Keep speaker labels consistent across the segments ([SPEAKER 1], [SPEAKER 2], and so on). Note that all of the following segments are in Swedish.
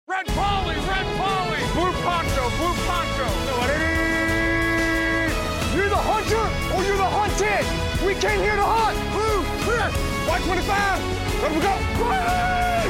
[SPEAKER 1] Red Polly, blue poncho. You're the hunter or you're the hunted. We came here to hunt. Blue, clear. White 25. Let we go. Riley!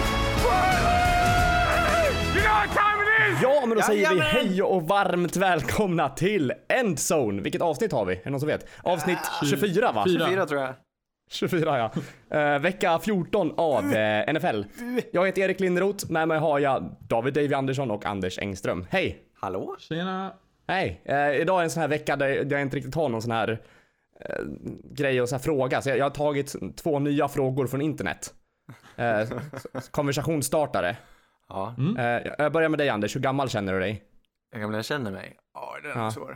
[SPEAKER 1] You know what time it is?
[SPEAKER 2] Ja, men då säger vi hej och varmt välkomna till Endzone. Vilket avsnitt har vi? Är det någon som vet? Avsnitt 24 va?
[SPEAKER 3] 24 tror jag.
[SPEAKER 2] 24 ja. Vecka 14 av NFL. Jag heter Erik Linderoth. Med mig har jag David Davy Andersson och Anders Engström. Hej!
[SPEAKER 3] Hallå?
[SPEAKER 4] Tjena!
[SPEAKER 2] Hej! Idag är en sån här vecka där jag inte riktigt har någon sån här grej och så här fråga. Så jag har tagit 2 nya frågor från internet. Konversationsstartare.
[SPEAKER 3] Ja.
[SPEAKER 2] Jag börjar med dig Anders. Hur gammal känner du dig?
[SPEAKER 3] Hur gammal jag känner mig? Ja, det är svår.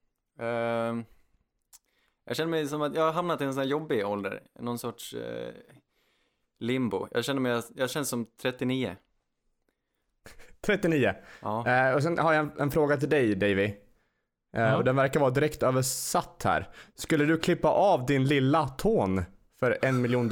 [SPEAKER 3] Jag känner mig som att jag har hamnat i en sån här jobbig ålder. Någon sorts limbo. Jag känner som 39.
[SPEAKER 2] 39.
[SPEAKER 3] Ja.
[SPEAKER 2] Och sen har jag en fråga till dig, Davy. Och den verkar vara direkt översatt här. Skulle du klippa av din lilla tån för $1 million?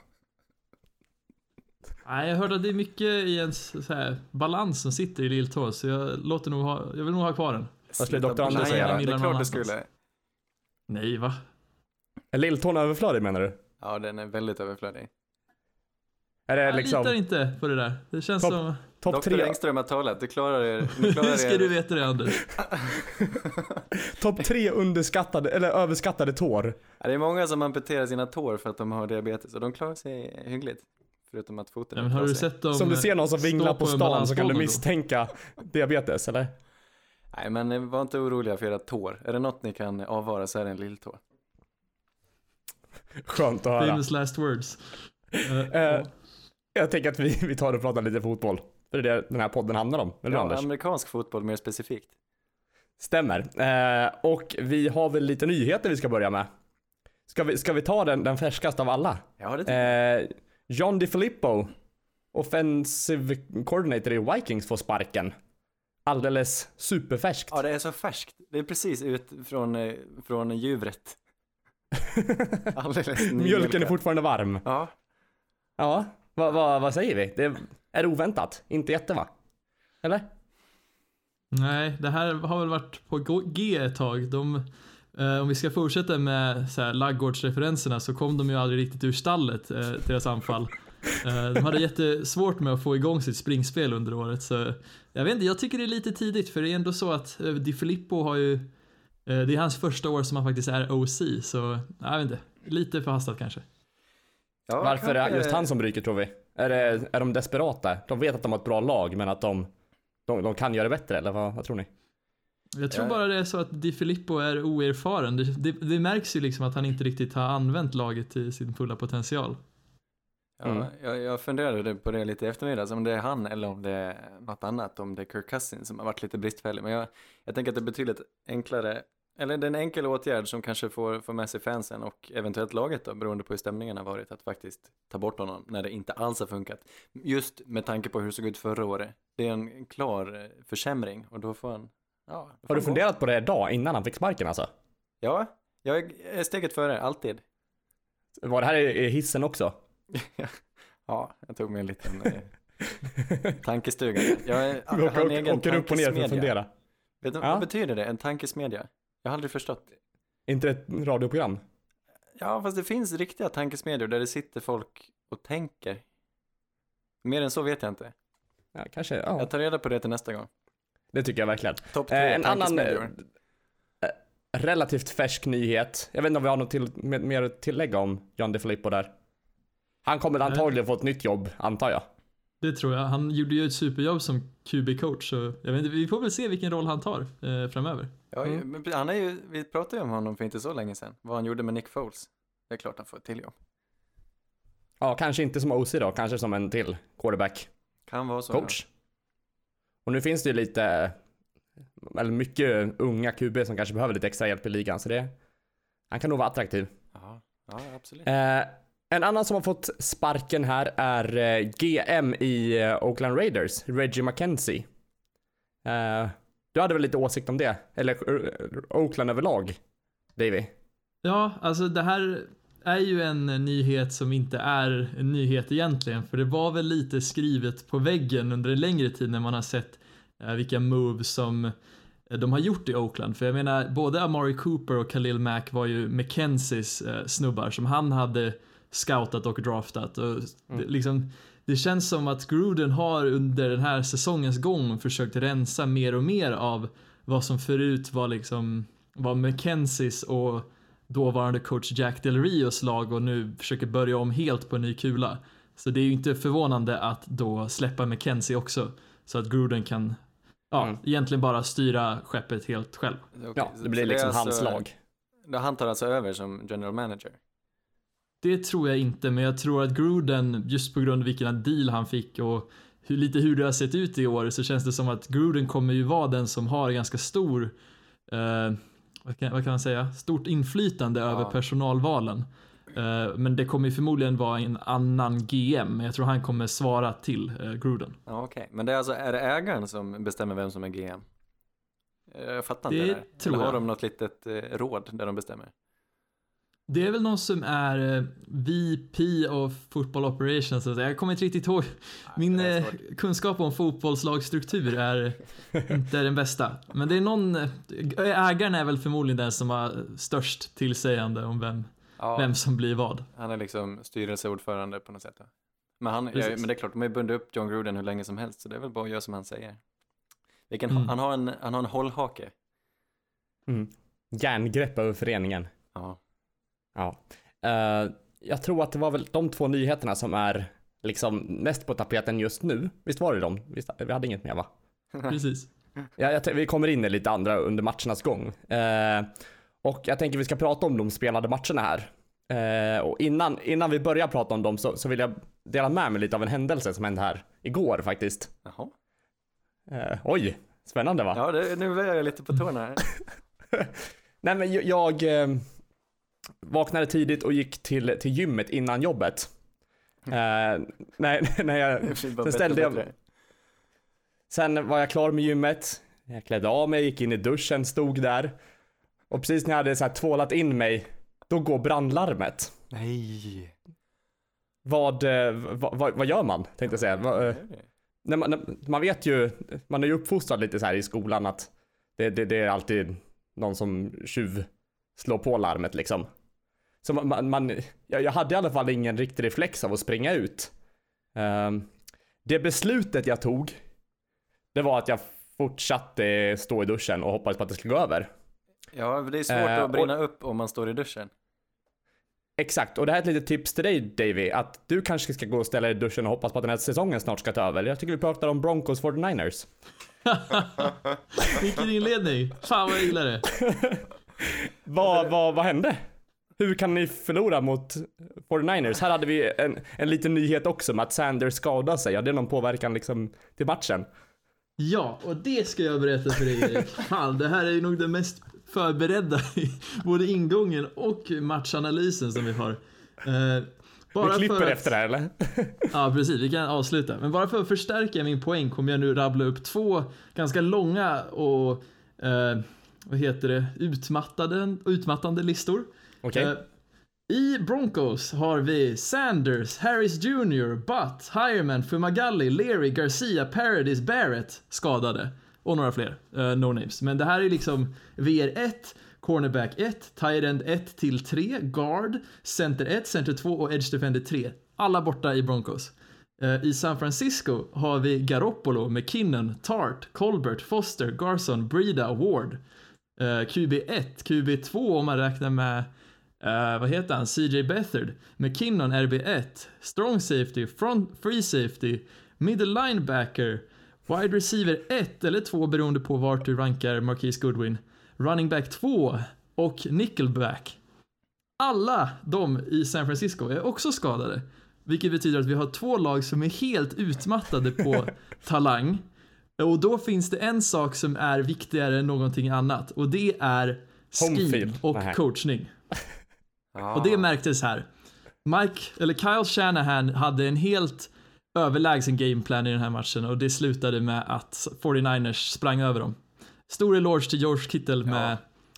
[SPEAKER 4] Nej, jag hörde att det är mycket i en så här balans som sitter i lilltå, så jag vill nog ha kvar den.
[SPEAKER 2] Vad skulle Dr. Anders säga?
[SPEAKER 3] Det är klart det skulle.
[SPEAKER 4] Nej, va?
[SPEAKER 2] Är lilltån överflödig menar du?
[SPEAKER 3] Ja, den är väldigt överflödig.
[SPEAKER 2] Är det
[SPEAKER 4] Jag
[SPEAKER 2] liksom
[SPEAKER 4] litar inte på det där. Det känns som...
[SPEAKER 2] topp
[SPEAKER 3] Dr.
[SPEAKER 2] 3?
[SPEAKER 3] Engström har talat. Du klarar er.
[SPEAKER 4] Hur ska du veta det, Anders?
[SPEAKER 2] Topp 3 underskattade eller överskattade tår.
[SPEAKER 3] Ja, det är många som amputerar sina tår för att de har diabetes. Och de klarar sig hyggligt. Förutom att foten
[SPEAKER 4] Men har du sett dem?
[SPEAKER 2] Som du ser någon som vinglar på stan så kan du
[SPEAKER 4] då?
[SPEAKER 2] misstänka diabetes, eller?
[SPEAKER 3] Nej, men var inte oroliga för era tår. Är det något ni kan avvara så är det en lilltå.
[SPEAKER 2] Skönt att höra.
[SPEAKER 4] Famous last words.
[SPEAKER 2] Jag tänker att vi tar och pratar lite fotboll. För det är det den här podden handlar om. Eller Anders?
[SPEAKER 3] Amerikansk fotboll mer specifikt.
[SPEAKER 2] Stämmer. Och vi har väl lite nyheter vi ska börja med. Ska vi ta den färskaste av alla?
[SPEAKER 3] Ja, det
[SPEAKER 2] John DeFilippo, offensive coordinator i Vikings, får sparken. Alldeles superfärskt.
[SPEAKER 3] Ja, det är så färskt. Det är precis ut från djuret. Alldeles
[SPEAKER 2] Mjölken är fortfarande varm.
[SPEAKER 3] Ja.
[SPEAKER 2] Ja, vad säger vi? Det är oväntat. Inte jätte, va? Eller?
[SPEAKER 4] Nej, det här har väl varit på G ett tag. Om vi ska fortsätta med så här laggårdsreferenserna så kom de ju aldrig riktigt ur stallet, deras anfall. De hade jättesvårt med att få igång sitt springspel under året, så jag vet inte, jag tycker det är lite tidigt, för det är ändå så att DeFilippo har ju, det är hans första år som han faktiskt är OC, så jag vet inte, lite förhastat kanske.
[SPEAKER 3] Ja,
[SPEAKER 2] varför är det just han som ryker, tror vi? Är de desperata? De vet att de har ett bra lag, men att de kan göra det bättre, eller vad tror ni?
[SPEAKER 4] Jag tror bara det är så att DeFilippo är oerfaren. Det märks ju liksom att han inte riktigt har använt laget till sin fulla potential.
[SPEAKER 3] Ja, jag funderade på det lite i eftermiddag, om det är han eller om det är något annat, om det är Kirk Cousins som har varit lite bristfällig. Men jag tänker att det är betydligt enklare, eller det är en enkel åtgärd som kanske får med sig fansen och eventuellt laget då, beroende på hur stämningen har varit, att faktiskt ta bort honom när det inte alls har funkat. Just med tanke på hur det såg ut förra året. Det är en klar försämring och då får han... Ja,
[SPEAKER 2] har du funderat på det idag innan han fick sparken alltså?
[SPEAKER 3] Ja, jag är steget före, alltid.
[SPEAKER 2] Var det här i hissen också?
[SPEAKER 3] Ja, jag tog mig en liten tankestuga. Jag
[SPEAKER 2] åker upp och ner för att fundera.
[SPEAKER 3] Vet du, vad betyder det? En tankesmedja? Jag har aldrig förstått.
[SPEAKER 2] Inte ett radioprogram?
[SPEAKER 3] Ja, fast det finns riktiga tankesmedjor där det sitter folk och tänker. Mer än så vet jag inte.
[SPEAKER 2] Ja, kanske, ja.
[SPEAKER 3] Jag tar reda på det till nästa gång.
[SPEAKER 2] Det tycker jag verkligen.
[SPEAKER 3] Topp 3
[SPEAKER 2] en annan relativt färsk nyhet. Jag vet inte om vi har något mer att tillägga om John DeFilippo där. Han kommer antagligen få ett nytt jobb, antar jag.
[SPEAKER 4] Det tror jag. Han gjorde ju ett superjobb som QB-coach, så jag vet inte, vi får väl se vilken roll han tar framöver.
[SPEAKER 3] Ja, men han är ju, vi pratade ju om honom för inte så länge sedan. Vad han gjorde med Nick Foles. Det är klart han får ett till jobb.
[SPEAKER 2] Ja, kanske inte som OC då, kanske som en till quarterback.
[SPEAKER 3] Kan vara så.
[SPEAKER 2] Coach. Och nu finns det ju lite, eller mycket unga QB som kanske behöver lite extra hjälp i ligan, så han kan nog vara attraktiv.
[SPEAKER 3] Ja, absolut.
[SPEAKER 2] En annan som har fått sparken här är GM i Oakland Raiders, Reggie McKenzie. Du hade väl lite åsikt om det? Eller Oakland överlag, Davy?
[SPEAKER 4] Ja, alltså det här är ju en nyhet som inte är en nyhet egentligen, för det var väl lite skrivet på väggen under en längre tid när man har sett vilka moves som de har gjort i Oakland. För jag menar, både Amari Cooper och Khalil Mack var ju McKenzies snubbar som han hade scoutat och draftat. Och det känns som att Gruden har under den här säsongens gång försökt rensa mer och mer av vad som förut var McKenzies och dåvarande coach Jack Del Rios lag, och nu försöker börja om helt på en ny kula. Så det är ju inte förvånande att då släppa McKenzie också, så att Gruden kan egentligen bara styra skeppet helt själv.
[SPEAKER 3] Okay.
[SPEAKER 2] Ja, det blir liksom hans lag.
[SPEAKER 3] Han tar alltså över som general manager?
[SPEAKER 4] Det tror jag inte, men jag tror att Gruden, just på grund av vilken deal han fick och hur det har sett ut i år, så känns det som att Gruden kommer ju vara den som har ganska stor vad kan man säga, stort inflytande över personalvalen. Men det kommer ju förmodligen vara en annan GM. Jag tror han kommer svara till Gruden.
[SPEAKER 3] Ja, okej. Men det är är det ägaren som bestämmer vem som är GM? Jag fattar inte det.
[SPEAKER 4] Tror
[SPEAKER 3] Eller har
[SPEAKER 4] jag.
[SPEAKER 3] de något litet råd där de bestämmer?
[SPEAKER 4] Det är väl någon som är VP of Football Operations. Så jag kommer inte riktigt ihåg. Min kunskap om fotbollslagsstruktur är inte den bästa. Men det är någon, ägaren är väl förmodligen den som har störst tillsägande om vem som blir vad. Han är liksom styrelseordförande på något sätt. Men, men det är klart, de har ju bundit upp John Gruden hur länge som helst, så det är väl bara att göra som han säger. Han har en hållhake.
[SPEAKER 2] Järngrepp över föreningen.
[SPEAKER 3] Ja.
[SPEAKER 2] Ja. Jag tror att det var väl de två nyheterna som är liksom mest på tapeten just nu. Visst var det de? Vi hade inget mer, va?
[SPEAKER 4] Precis.
[SPEAKER 2] Vi kommer in i lite andra under matchernas gång. Och jag tänker vi ska prata om de spelade matcherna här. Och innan vi börjar prata om dem så vill jag dela med mig lite av en händelse som hände här igår faktiskt.
[SPEAKER 3] Jaha.
[SPEAKER 2] Oj, spännande, va?
[SPEAKER 3] Ja, nu är jag lite på tårna här.
[SPEAKER 2] Nej, men jag vaknade tidigt och gick till gymmet innan jobbet. Sen var jag klar med gymmet. Jag klädde av mig, gick in i duschen, stod där. Och precis när jag hade så här tvålat in mig, då går brandlarmet.
[SPEAKER 3] Nej.
[SPEAKER 2] Vad gör man, tänkte jag säga. Man vet ju, man är ju uppfostrad lite så här i skolan att det är alltid någon som tjuv slår på larmet liksom. Så jag hade i alla fall ingen riktig reflex av att springa ut. Det beslutet jag tog, det var att jag fortsatte stå i duschen och hoppades på att det skulle gå över.
[SPEAKER 3] Ja, det är svårt att brinna upp om man står i duschen.
[SPEAKER 2] Exakt, och det här är ett litet tips till dig, Davy, att du kanske ska gå och ställa dig i duschen och hoppas på att den här säsongen snart ska ta över. Jag tycker vi pratar om Broncos 49ers.
[SPEAKER 4] Vilken inledning. Fan vad jag gillar det.
[SPEAKER 2] Vad hände? Hur kan ni förlora mot 49ers? Här hade vi en liten nyhet också med att Sanders skadade sig. Ja, det är någon påverkan liksom till matchen.
[SPEAKER 4] Ja, och det ska jag berätta för dig, Erik. Fan, det här är ju nog det mest förberedda i både ingången och matchanalysen som vi har.
[SPEAKER 2] Vi klipper efter det här, eller?
[SPEAKER 4] Ja, precis. Vi kan avsluta. Men bara för att förstärka min poäng kommer jag nu rabbla upp två ganska långa och utmattande listor.
[SPEAKER 2] Okay.
[SPEAKER 4] I Broncos har vi Sanders, Harris Jr., Butt, Hireman, Fumagalli, Leary, Garcia, Paradis, Barrett skadade. Och några fler, no names. Men det här är liksom VR1, cornerback 1, tight end 1-3, guard, center 1, center 2 och edge defender 3. Alla borta i Broncos. I San Francisco har vi Garoppolo, McKinnon, Tart, Colbert, Foster, Garson, Breida, Ward. QB1, QB2 om man räknar med vad heter han? CJ Beathard, McKinnon RB1, strong safety, free safety, middle linebacker, wide receiver 1 eller 2 beroende på vart du rankar Marquise Goodwin, running back 2 och nickelback. Alla de i San Francisco är också skadade, vilket betyder att vi har 2 lag som är helt utmattade på talang. Och då finns det en sak som är viktigare än någonting annat, och det är scheme och coachning. Och det märktes här. Kyle Shanahan hade en helt överlägsen gameplan i den här matchen, och det slutade med att 49ers sprang över dem. Stor eloge till George Kittle med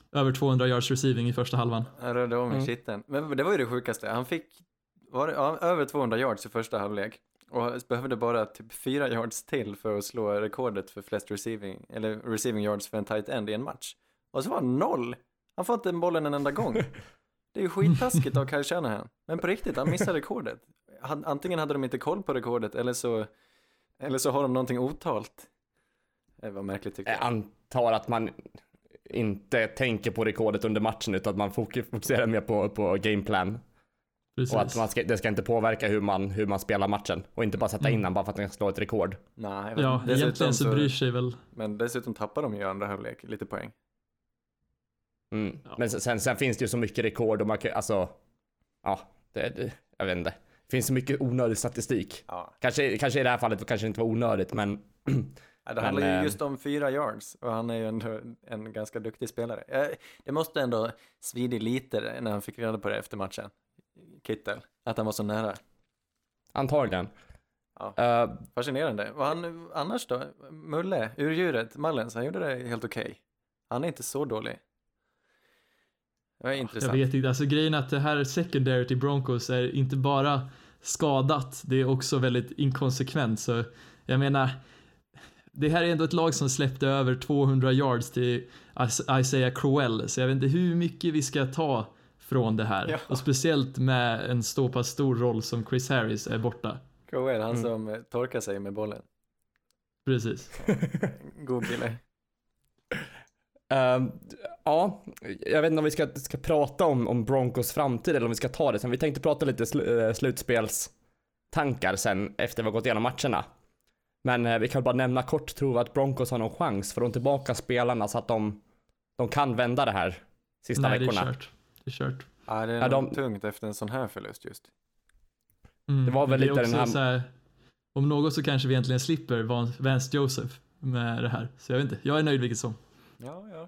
[SPEAKER 4] över 200 yards receiving i första halvan.
[SPEAKER 3] Han rörde om i kitteln. Men det var ju det sjukaste. Han fick över 200 yards i första halvlek. Och behövde bara typ 4 yards till för att slå rekordet för flest receiving yards för en tight end i en match. Och så var han 0. Han får inte bollen en enda gång. Det är ju skittaskigt av Kyle Shanahan. Men på riktigt, han missade rekordet. Antingen hade de inte koll på rekordet eller så har de någonting otalt. Det var märkligt tycker jag.
[SPEAKER 2] Jag antar att man inte tänker på rekordet under matchen utan att man fokuserar mer på gameplan.
[SPEAKER 4] Precis.
[SPEAKER 2] Och att det ska inte påverka hur man spelar matchen. Och inte bara sätta in den bara för att den ska slå ett rekord.
[SPEAKER 3] Nej,
[SPEAKER 4] ja, egentligen så bryr sig väl.
[SPEAKER 3] Men dessutom tappar de ju andra halvlek lite poäng.
[SPEAKER 2] Ja. Men sen finns det ju så mycket rekord och man kan, alltså, ja, jag vet inte. Det finns så mycket onödig statistik. Ja. Kanske i det här fallet kanske inte var onödigt, men
[SPEAKER 3] ja, det handlar ju just om 4 yards och han är ju ändå en ganska duktig spelare. Det måste ändå svida lite när han fick reda på det efter matchen. Kittel, att han var så nära.
[SPEAKER 2] Antagligen.
[SPEAKER 3] Ja, fascinerande. Och han annars då? Mulle, urdjuret, Mullens, han gjorde det helt okej. Han är inte så dålig. Det är intressant.
[SPEAKER 4] Jag vet inte, alltså grejen är att det här secondary till Broncos är inte bara skadat, det är också väldigt inkonsekvent. Så jag menar, det här är ändå ett lag som släppte över 200 yards till Isaiah Crowell, så jag vet inte hur mycket vi ska ta från det här. Ja. Och speciellt med en så pass stor roll som Chris Harris är borta.
[SPEAKER 3] Crowell, han som torkar sig med bollen.
[SPEAKER 4] Precis.
[SPEAKER 3] God kille.
[SPEAKER 2] Ja, jag vet inte om vi ska prata om Broncos framtid eller om vi ska ta det sen. Vi tänkte prata lite slutspelstankar sen efter vi har gått igenom matcherna. Men vi kan bara nämna kort, tror vi att Broncos har någon chans för att tillbaka spelarna så att de kan vända det här sista veckorna.
[SPEAKER 4] Det är kört.
[SPEAKER 3] Ja, det är tungt efter en sån här förlust just.
[SPEAKER 2] Det var väl lite den här...
[SPEAKER 4] Så här, om något så kanske vi egentligen slipper Vance Joseph med det här. Så jag vet inte, jag är nöjd vilket som.
[SPEAKER 3] Ja.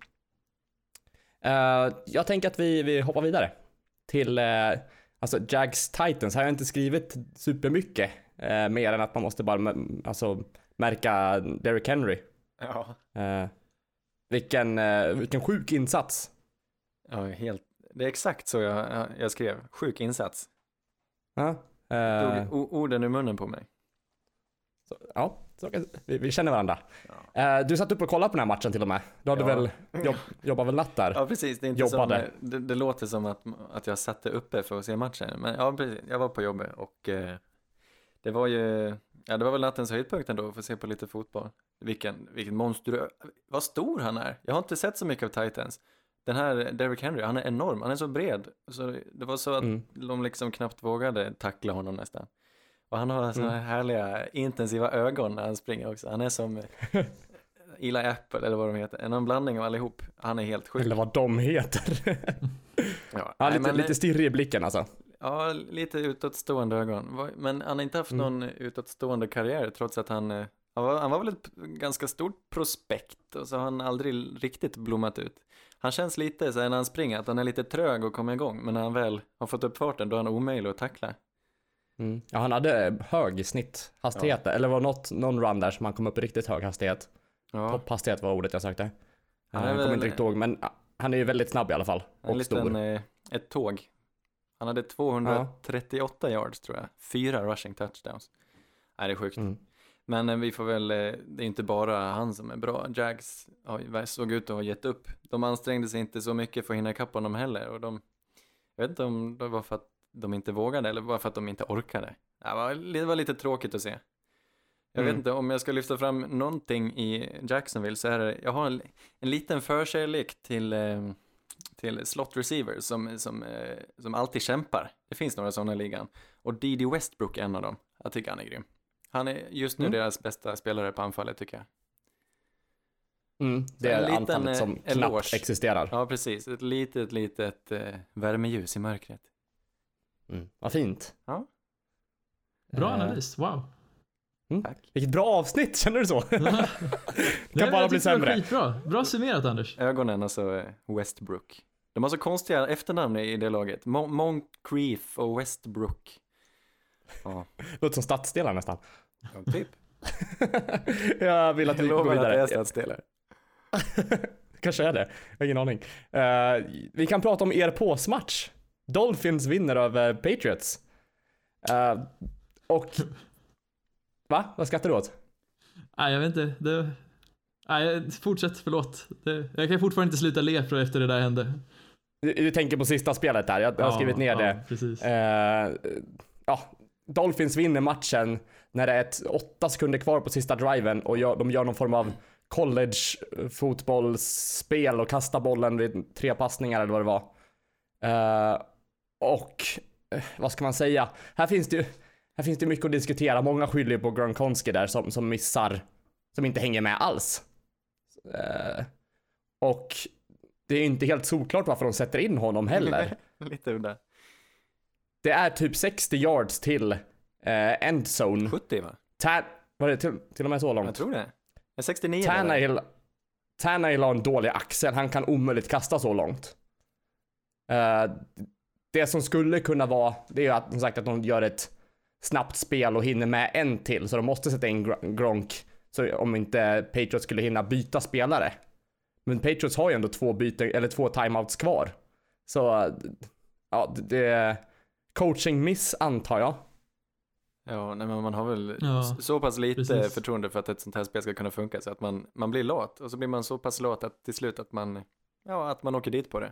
[SPEAKER 2] Jag tänker att vi hoppar vidare till alltså Jags Titans. Här har jag inte skrivit supermycket mer än att man måste bara märka Derrick Henry.
[SPEAKER 3] Ja.
[SPEAKER 2] Vilken sjuk insats.
[SPEAKER 3] Ja, helt. Det är exakt så jag skrev. Sjuk insats.
[SPEAKER 2] Ja.
[SPEAKER 3] Tog orden ur munnen på mig.
[SPEAKER 2] Så vi känner varandra. Ja. Du satt upp och kollade på den här matchen till och med. Du hade väl jobbat väl natt där?
[SPEAKER 3] Ja, precis. Det är inte som, det låter som att jag satte uppe för att se matchen. Men ja, precis. Jag var på jobbet och det var väl nattens höjdpunkt ändå för att se på lite fotboll. Vilken monster. Vad stor han är. Jag har inte sett så mycket av Titans. Den här Derrick Henry, han är enorm. Han är så bred. Så det var så att de liksom knappt vågade tackla honom nästan. Och han har såna här härliga, intensiva ögon när han springer också. Han är som Eli Apple eller vad de heter. En blandning av allihop. Han är helt sjuk.
[SPEAKER 2] Eller vad de heter. Lite stirrig i blicken alltså.
[SPEAKER 3] Ja, lite utåtstående ögon. Men han har inte haft någon utåtstående karriär trots att han var väl ett ganska stort prospekt och så har han aldrig riktigt blommat ut. Han känns lite så här när han springer att han är lite trög och kommer igång. Men när han väl har fått upp farten då är han omöjlig att tackla.
[SPEAKER 2] Ja, han hade hög snitthastighet. Eller var någon run där som han kom upp i riktigt hög hastighet. Topphastighet var ordet jag sökte. Jag kommer inte riktigt ihåg, men han är ju väldigt snabb i alla fall. Och stor.
[SPEAKER 3] Ett tåg. Han hade 238 yards tror jag. 4 rushing touchdowns. Nej, det är sjukt. Men vi får väl, det är inte bara han som är bra. Jags såg ut att ha gett upp. De ansträngde sig inte så mycket för att hinna ikapp honom heller. Och jag vet inte om det var för att de inte vågade eller bara för att de inte orkade. Det var lite tråkigt att se. Jag vet inte, om jag ska lyfta fram någonting i Jacksonville så är det, jag har en liten förkärlek till slot receivers som alltid kämpar. Det finns några sådana i ligan. Och D.D. Westbrook är en av dem. Jag tycker han är grym. Han är just nu deras bästa spelare på anfallet tycker jag.
[SPEAKER 2] Det är anfallet som knappt existerar.
[SPEAKER 3] Ja, precis. Ett litet värmeljus i mörkret.
[SPEAKER 2] Vad fint.
[SPEAKER 3] Ja.
[SPEAKER 4] Bra analys, wow.
[SPEAKER 2] Tack. Vilket bra avsnitt, känner du så? Det kan bara bli sämre.
[SPEAKER 4] Bra summerat, Anders.
[SPEAKER 3] Ögonen, alltså Westbrook. De har så konstiga efternamn i det laget. Moncrief och Westbrook.
[SPEAKER 2] Ja. Låter som stadsdelar nästan.
[SPEAKER 3] Ja, typ.
[SPEAKER 2] Jag vill att vi går vidare.
[SPEAKER 3] Jag lovar att det är stadsdelar.
[SPEAKER 2] Kanske är det. Jag har ingen aning. Vi kan prata om er påsmatch. Dolphins vinner över Patriots. Och... Va? Vad skrattar du åt?
[SPEAKER 4] Nej, jag vet inte. Nej, fortsätt, förlåt. Jag kan fortfarande inte sluta le efter det där hände.
[SPEAKER 2] Du tänker på sista spelet där. Jag har skrivit ner det.
[SPEAKER 4] Precis.
[SPEAKER 2] Dolphins vinner matchen när det är 8 sekunder kvar på sista driven och de gör någon form av college-fotbollsspel och kastar bollen vid 3 passningar eller vad det var. Vad ska man säga? Här finns det mycket att diskutera. Många skyller på Gronkowski där som missar, som inte hänger med alls. Och det är inte helt solklart varför de sätter in honom heller.
[SPEAKER 3] Lite udda.
[SPEAKER 2] Det är typ 60 yards till endzone.
[SPEAKER 3] 70 va?
[SPEAKER 2] Var det till och med så långt?
[SPEAKER 3] Jag tror det. 69.
[SPEAKER 2] Tannehill har en dålig axel. Han kan omöjligt kasta så långt. Det som skulle kunna vara, det är att, som sagt, att de gör ett snabbt spel och hinner med en till. Så de måste sätta in Gronk. Så om inte Patriots skulle hinna byta spelare. Men Patriots har ju ändå 2 timeouts kvar. Så ja, det är coaching miss antar jag.
[SPEAKER 3] Ja, nej, men man har väl så pass lite förtroende för att ett sånt här spel ska kunna funka så att man blir lat och så blir man så pass lat att till slut att man åker dit på det.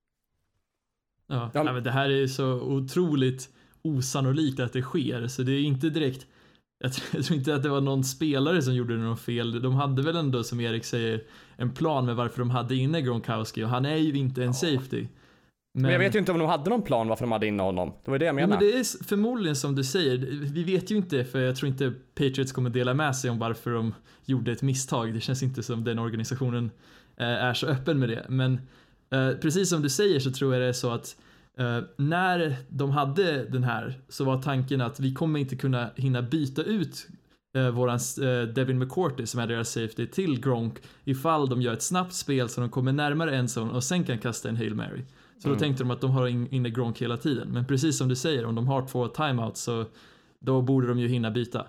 [SPEAKER 4] Ja. Men det här är så otroligt osannolikt att det sker, så det är inte direkt, jag tror inte att det var någon spelare som gjorde något fel. De hade väl ändå, som Erik säger, en plan med varför de hade inne Gronkowski, och han är ju inte en safety. Men
[SPEAKER 2] jag vet ju inte om de hade någon plan varför de hade inne honom. Det var det jag menade.
[SPEAKER 4] Men det är förmodligen som du säger. Vi vet ju inte, för jag tror inte Patriots kommer dela med sig om varför de gjorde ett misstag. Det känns inte som den organisationen är så öppen med det. Men precis som du säger så tror jag det är så att när de hade den här så var tanken att vi kommer inte kunna hinna byta ut våran Devin McCourty som är deras safety till Gronk ifall de gör ett snabbt spel så de kommer närmare en zone och sen kan kasta en Hail Mary. Så då tänkte de att de har inne Gronk hela tiden. Men precis som du säger, om de har 2 timeouts så då borde de ju hinna byta.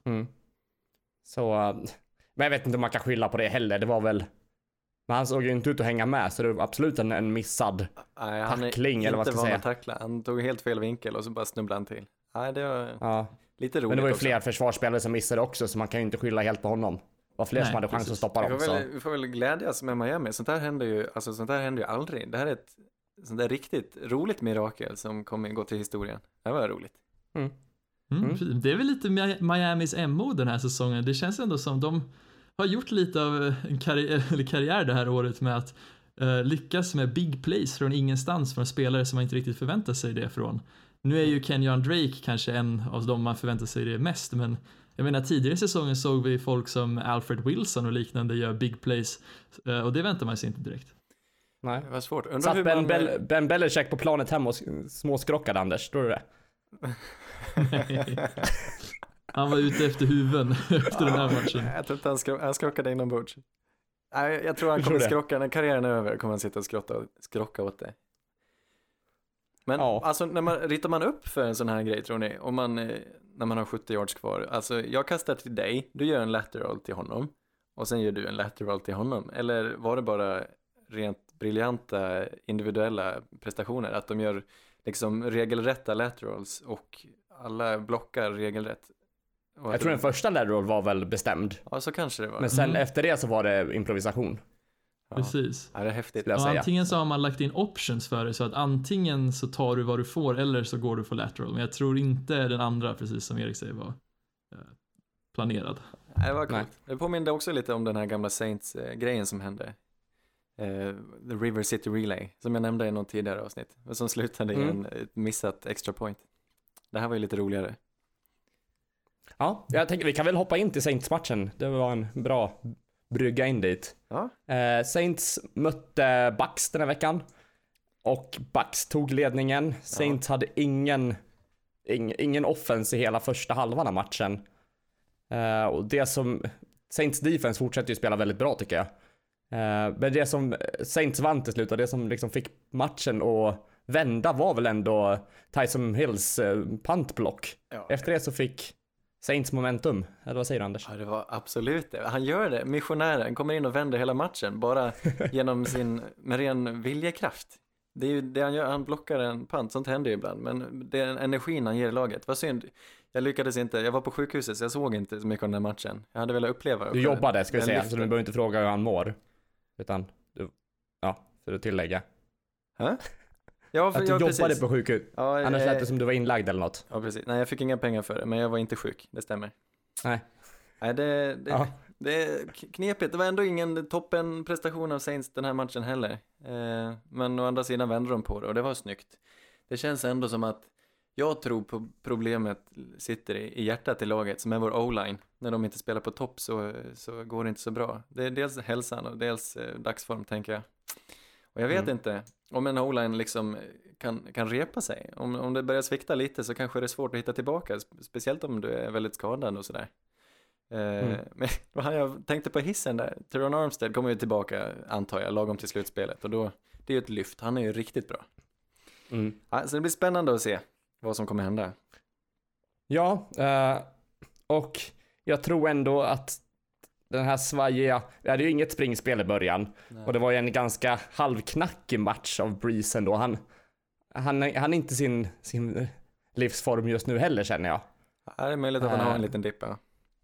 [SPEAKER 2] Så, men jag vet inte om man kan skylla på det heller. Det var väl, men han såg ju inte ut att hänga med, så det var absolut en missad tackling eller vad ska jag säga.
[SPEAKER 3] Han tog helt fel vinkel och så bara snubblade han till. Nej, det var lite roligt.
[SPEAKER 2] Men det var ju
[SPEAKER 3] också.
[SPEAKER 2] fler försvarsspelare som missade också, så man kan ju inte skylla helt på honom. Det var fler som hade chans att stoppa dem.
[SPEAKER 3] Vi får väl glädjas med Miami. Sånt här händer ju aldrig. Det här är ett sånt där riktigt roligt mirakel som kommer gå till historien. Det var roligt.
[SPEAKER 4] Det är väl lite Miamis MO den här säsongen. Det känns ändå som de har gjort lite av en karriär det här året med att lyckas med big plays från ingenstans från spelare som man inte riktigt förväntar sig det från. Nu är ju Kenyon Drake kanske en av dem man förväntar sig det mest, men jag menar tidigare i säsongen såg vi folk som Alfred Wilson och liknande gör big plays, och det väntar man sig inte direkt.
[SPEAKER 2] Nej.
[SPEAKER 3] Det var svårt.
[SPEAKER 2] Satt Ben Belichick på planet hem och småskrockade, Anders, tror du det?
[SPEAKER 4] Han var ute efter huven efter den här matchen.
[SPEAKER 3] Jag tror inte han skrockade inombords. Nej, jag tror han kommer skrocka när karriären är över. Kommer han sitta och skrocka åt det. Men alltså, ritar man upp för en sån här grej, tror ni? Om när man har 70 yards kvar. Alltså, jag kastar till dig, du gör en lateral till honom. Och sen gör du en lateral till honom. Eller var det bara rent briljanta individuella prestationer? Att de gör liksom regelrätta laterals och alla blockar regelrätt.
[SPEAKER 2] Jag tror den första lateral var väl bestämd.
[SPEAKER 3] Ja, så kanske det var.
[SPEAKER 2] Men sen efter det så var det improvisation.
[SPEAKER 4] Precis.
[SPEAKER 3] Ja, det är häftigt.
[SPEAKER 4] Och antingen så har man lagt in options för det, så att antingen så tar du vad du får eller så går du för lateral. Men jag tror inte den andra, precis som Erik säger, var planerad.
[SPEAKER 3] Det var coolt. Det påminner också lite om den här gamla Saints-grejen som hände. The River City Relay, som jag nämnde i någon tidigare avsnitt. Och som slutade i en missat extra point. Det här var ju lite roligare.
[SPEAKER 2] Ja, jag tänker vi kan väl hoppa in till Saints-matchen. Det var en bra brygga in dit.
[SPEAKER 3] Ja.
[SPEAKER 2] Saints mötte Bucks den här veckan. Och Bucks tog ledningen. Saints hade ingen offense i hela första halvan av matchen. Och det som Saints defense fortsätter ju spela väldigt bra, tycker jag. Men det som Saints vann till slut och det som liksom fick matchen att vända var väl ändå Tyson Hills puntblock. Ja. Efter det så fick Saints momentum, eller vad säger du, Anders?
[SPEAKER 3] Ja, det var absolut det. Han gör det, missionären kommer in och vänder hela matchen bara genom med ren viljekraft. Det är ju det han gör, han blockar en pant, sånt händer ju ibland, men det är energin han ger laget. Vad synd, jag lyckades inte, jag var på sjukhuset så jag såg inte så mycket av den här matchen. Jag hade velat uppleva.
[SPEAKER 2] Du jobbade, ska vi säga, så du behöver inte fråga hur han mår. Utan, för att tillägga.
[SPEAKER 3] Hä? Ja, för
[SPEAKER 2] att du
[SPEAKER 3] jag
[SPEAKER 2] jobbade
[SPEAKER 3] precis
[SPEAKER 2] på sjukhus.
[SPEAKER 3] Ja,
[SPEAKER 2] annars lät det som du var inlagd eller något.
[SPEAKER 3] Ja, precis. Nej, jag fick inga pengar för det, men jag var inte sjuk, det stämmer.
[SPEAKER 2] Nej,
[SPEAKER 3] det är knepigt. Det var ändå ingen toppen prestation av Saints den här matchen heller. Men å andra sidan vände de på det och det var snyggt. Det känns ändå som att jag tror på problemet sitter i hjärtat i laget, som är vår O-line. När de inte spelar på topp så går det inte så bra. Det är dels hälsan och dels dagsform, tänker jag. Och jag vet inte om en O-line liksom kan repa sig. Om det börjar svikta lite så kanske det är svårt att hitta tillbaka. Speciellt om du är väldigt skadad och sådär. Men jag tänkte på hissen där. Teron Armstead kommer ju tillbaka, antar jag, lagom till slutspelet. Och då, det är ju ett lyft. Han är ju riktigt bra. Så det blir spännande att se vad som kommer hända.
[SPEAKER 2] Ja, och jag tror ändå att den här svajiga, det hade ju inget springspel i början. Nej. Och det var ju en ganska halvknackig match av Breeze ändå. Han är inte sin livsform just nu heller, känner jag.
[SPEAKER 3] Ja, det är möjligt att han har en liten dippa.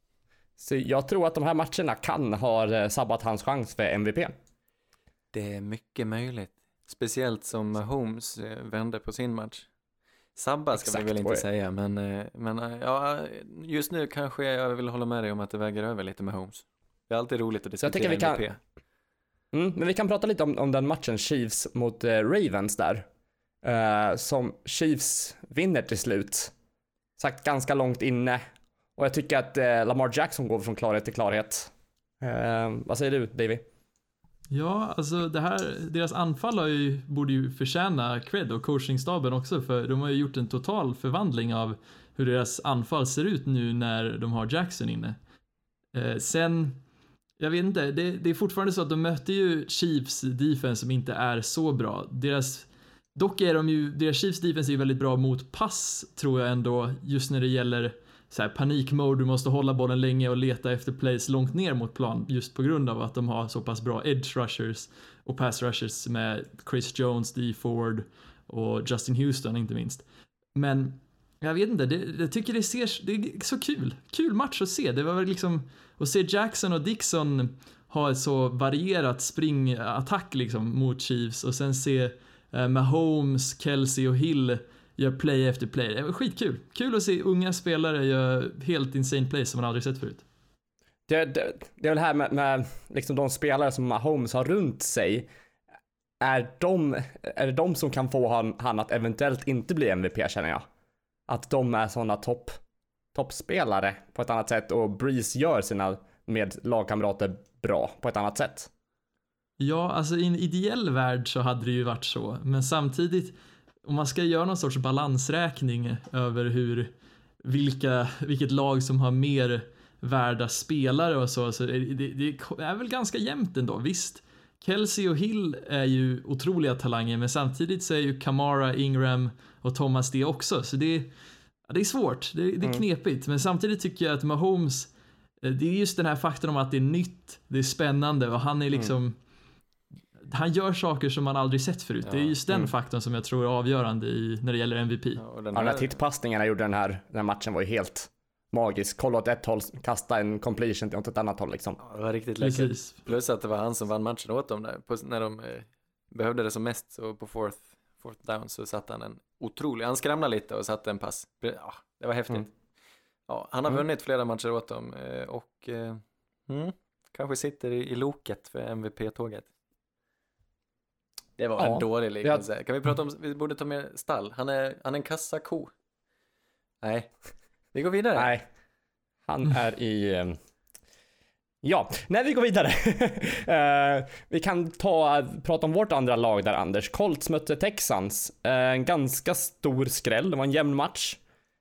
[SPEAKER 2] Så jag tror att de här matcherna kan ha sabbat hans chans för MVP.
[SPEAKER 3] Det är mycket möjligt. Speciellt som Holmes vände på sin match. Sabba ska vi väl inte säga, men ja, just nu kanske jag vill hålla med dig om att det väger över lite med Holmes. Det är alltid roligt att diskutera MVP.
[SPEAKER 2] Men vi kan prata lite om den matchen, Chiefs mot Ravens där. Som Chiefs vinner till slut. Sagt ganska långt inne. Och jag tycker att Lamar Jackson går från klarhet till klarhet. Vad säger du, Davy?
[SPEAKER 4] Ja, alltså deras anfall borde ju förtjäna cred, och coachingstaben också, för de har ju gjort en total förvandling av hur deras anfall ser ut nu när de har Jackson inne. Sen, jag vet inte, det är fortfarande så att de möter ju Chiefs defense som inte är så bra. Deras Chiefs defense är ju väldigt bra mot pass, tror jag ändå, just när det gäller så här panikmode, du måste hålla bollen länge och leta efter plays långt ner mot plan, just på grund av att de har så pass bra edge rushers och pass rushers med Chris Jones, Dee Ford och Justin Houston inte minst. Men jag vet inte, jag tycker det är så kul match att se. Det var väl liksom att se Jackson och Dixon ha ett så varierat springattack liksom mot Chiefs, och sen se Mahomes, Kelsey och Hill gör play efter play. Det var skitkul. Kul att se unga spelare göra helt insane plays som man aldrig sett förut.
[SPEAKER 2] Det är väl här med liksom de spelare som Mahomes har runt sig. Är det de som kan få han att eventuellt inte bli MVP, känner jag. Att de är sådana toppspelare på ett annat sätt, och Breeze gör sina med lagkamrater bra på ett annat sätt. Ja,
[SPEAKER 4] alltså i en ideell värld så hade det ju varit så. Men samtidigt, om man ska göra någon sorts balansräkning över vilket lag som har mer värda spelare och så det är väl ganska jämnt ändå. Visst, Kelsey och Hill är ju otroliga talanger, men samtidigt så är ju Kamara, Ingram och Thomas det också, så det är svårt, det är knepigt, men samtidigt tycker jag att Mahomes, det är just den här faktorn om att det är nytt, det är spännande, och han är liksom han gör saker som man aldrig sett förut. Det är just den faktorn som jag tror är avgörande när det gäller MVP.
[SPEAKER 2] Den här tittpassningarna gjorde den här matchen var ju helt magisk. Kolla åt ett håll, kasta en completion till ett annat håll liksom.
[SPEAKER 3] Ja, det var riktigt läckert. Plus att det var han som vann matchen åt dem där. När de behövde det som mest, så på fourth down så satte han en otrolig, han skramlade lite och satte en pass. Ja, det var häftigt. Ja, han har vunnit flera matcher åt dem och kanske sitter i loket för MVP-tåget. Det var en dålig liknelse. Kan vi prata om, vi borde ta med Stall. Han är en kassako. Nej, vi går vidare.
[SPEAKER 2] Nej, han är i... vi går vidare. Vi kan prata om vårt andra lag där, Anders. Colts mötte Texans. En ganska stor skräll. Det var en jämn match.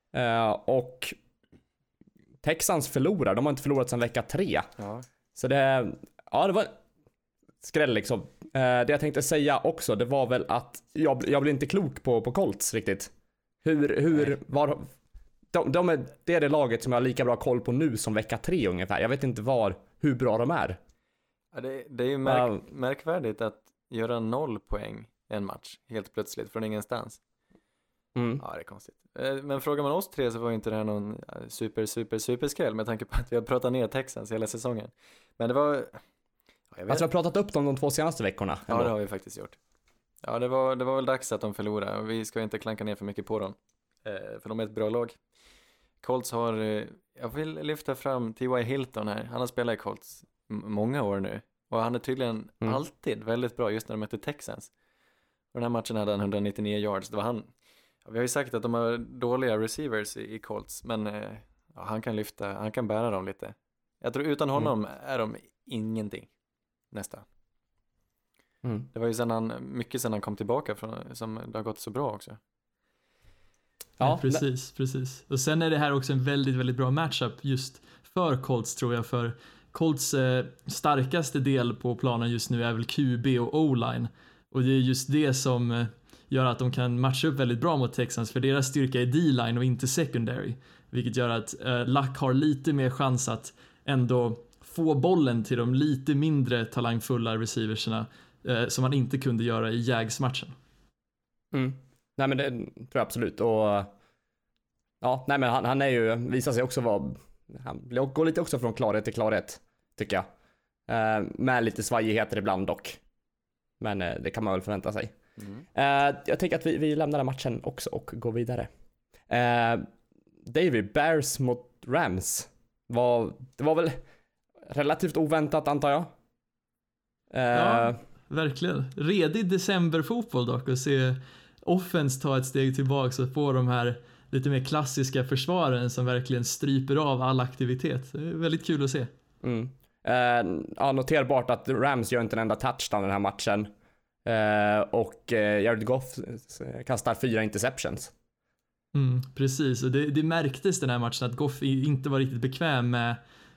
[SPEAKER 2] Och Texans förlorar. De har inte förlorat sedan vecka 3. Ja. Så det var skräll liksom. Det jag tänkte säga också, det var väl att jag blev inte klok på Colts riktigt. det är det laget som jag har lika bra koll på nu som vecka 3 ungefär. Jag vet inte hur bra de är.
[SPEAKER 3] Ja, det är ju märkvärdigt att göra 0 poäng i en match helt plötsligt från ingenstans. Ja, det är konstigt. Men frågar man oss 3 så var ju inte det här någon super skräll med tanke på att vi har pratat ner Texans hela säsongen. Men det var...
[SPEAKER 2] Alltså vi har pratat upp dem de 2 senaste veckorna.
[SPEAKER 3] Ja, det har vi faktiskt gjort. Ja, det var väl dags att de förlorade och vi ska inte klanka ner för mycket på dem. För de är ett bra lag. Colts har... jag vill lyfta fram T.Y. Hilton här. Han har spelat i Colts många år nu. Och han är tydligen alltid väldigt bra just när de möter Texans. Och den här matchen hade han 199 yards. Det var han... Vi har ju sagt att de har dåliga receivers i Colts. Men han kan bära dem lite. Jag tror utan honom är de ingenting. Nästan. Det var ju mycket sen han kom tillbaka som det har gått så bra också.
[SPEAKER 4] Ja, precis. Och sen är det här också en väldigt, väldigt bra matchup just för Colts tror jag. För Colts starkaste del på planen just nu är väl QB och O-line. Och det är just det som gör att de kan matcha upp väldigt bra mot Texans. För deras styrka är D-line och inte secondary. Vilket gör att Luck har lite mer chans att ändå få bollen till de lite mindre talangfulla receiverserna som man inte kunde göra i Jags-matchen.
[SPEAKER 2] Nej men det tror jag absolut. Och ja, nej men han är ju, visar sig också vara, han går lite också från klarhet till klarhet tycker jag. Med lite svajigheter ibland dock. Men det kan man väl förvänta sig. Jag tänker att vi lämnar den matchen också och går vidare. David, Bears mot Rams. Det var väl relativt oväntat antar jag.
[SPEAKER 4] Ja, verkligen. Redig decemberfotboll dock och se offense ta ett steg tillbaka och få de här lite mer klassiska försvaren som verkligen stryper av all aktivitet. Det är väldigt kul att se.
[SPEAKER 2] Noterbart att Rams gör inte en enda touchdown den här matchen. Och Jared Goff kastar 4 interceptions.
[SPEAKER 4] Precis, och det märktes den här matchen att Goff inte var riktigt bekväm med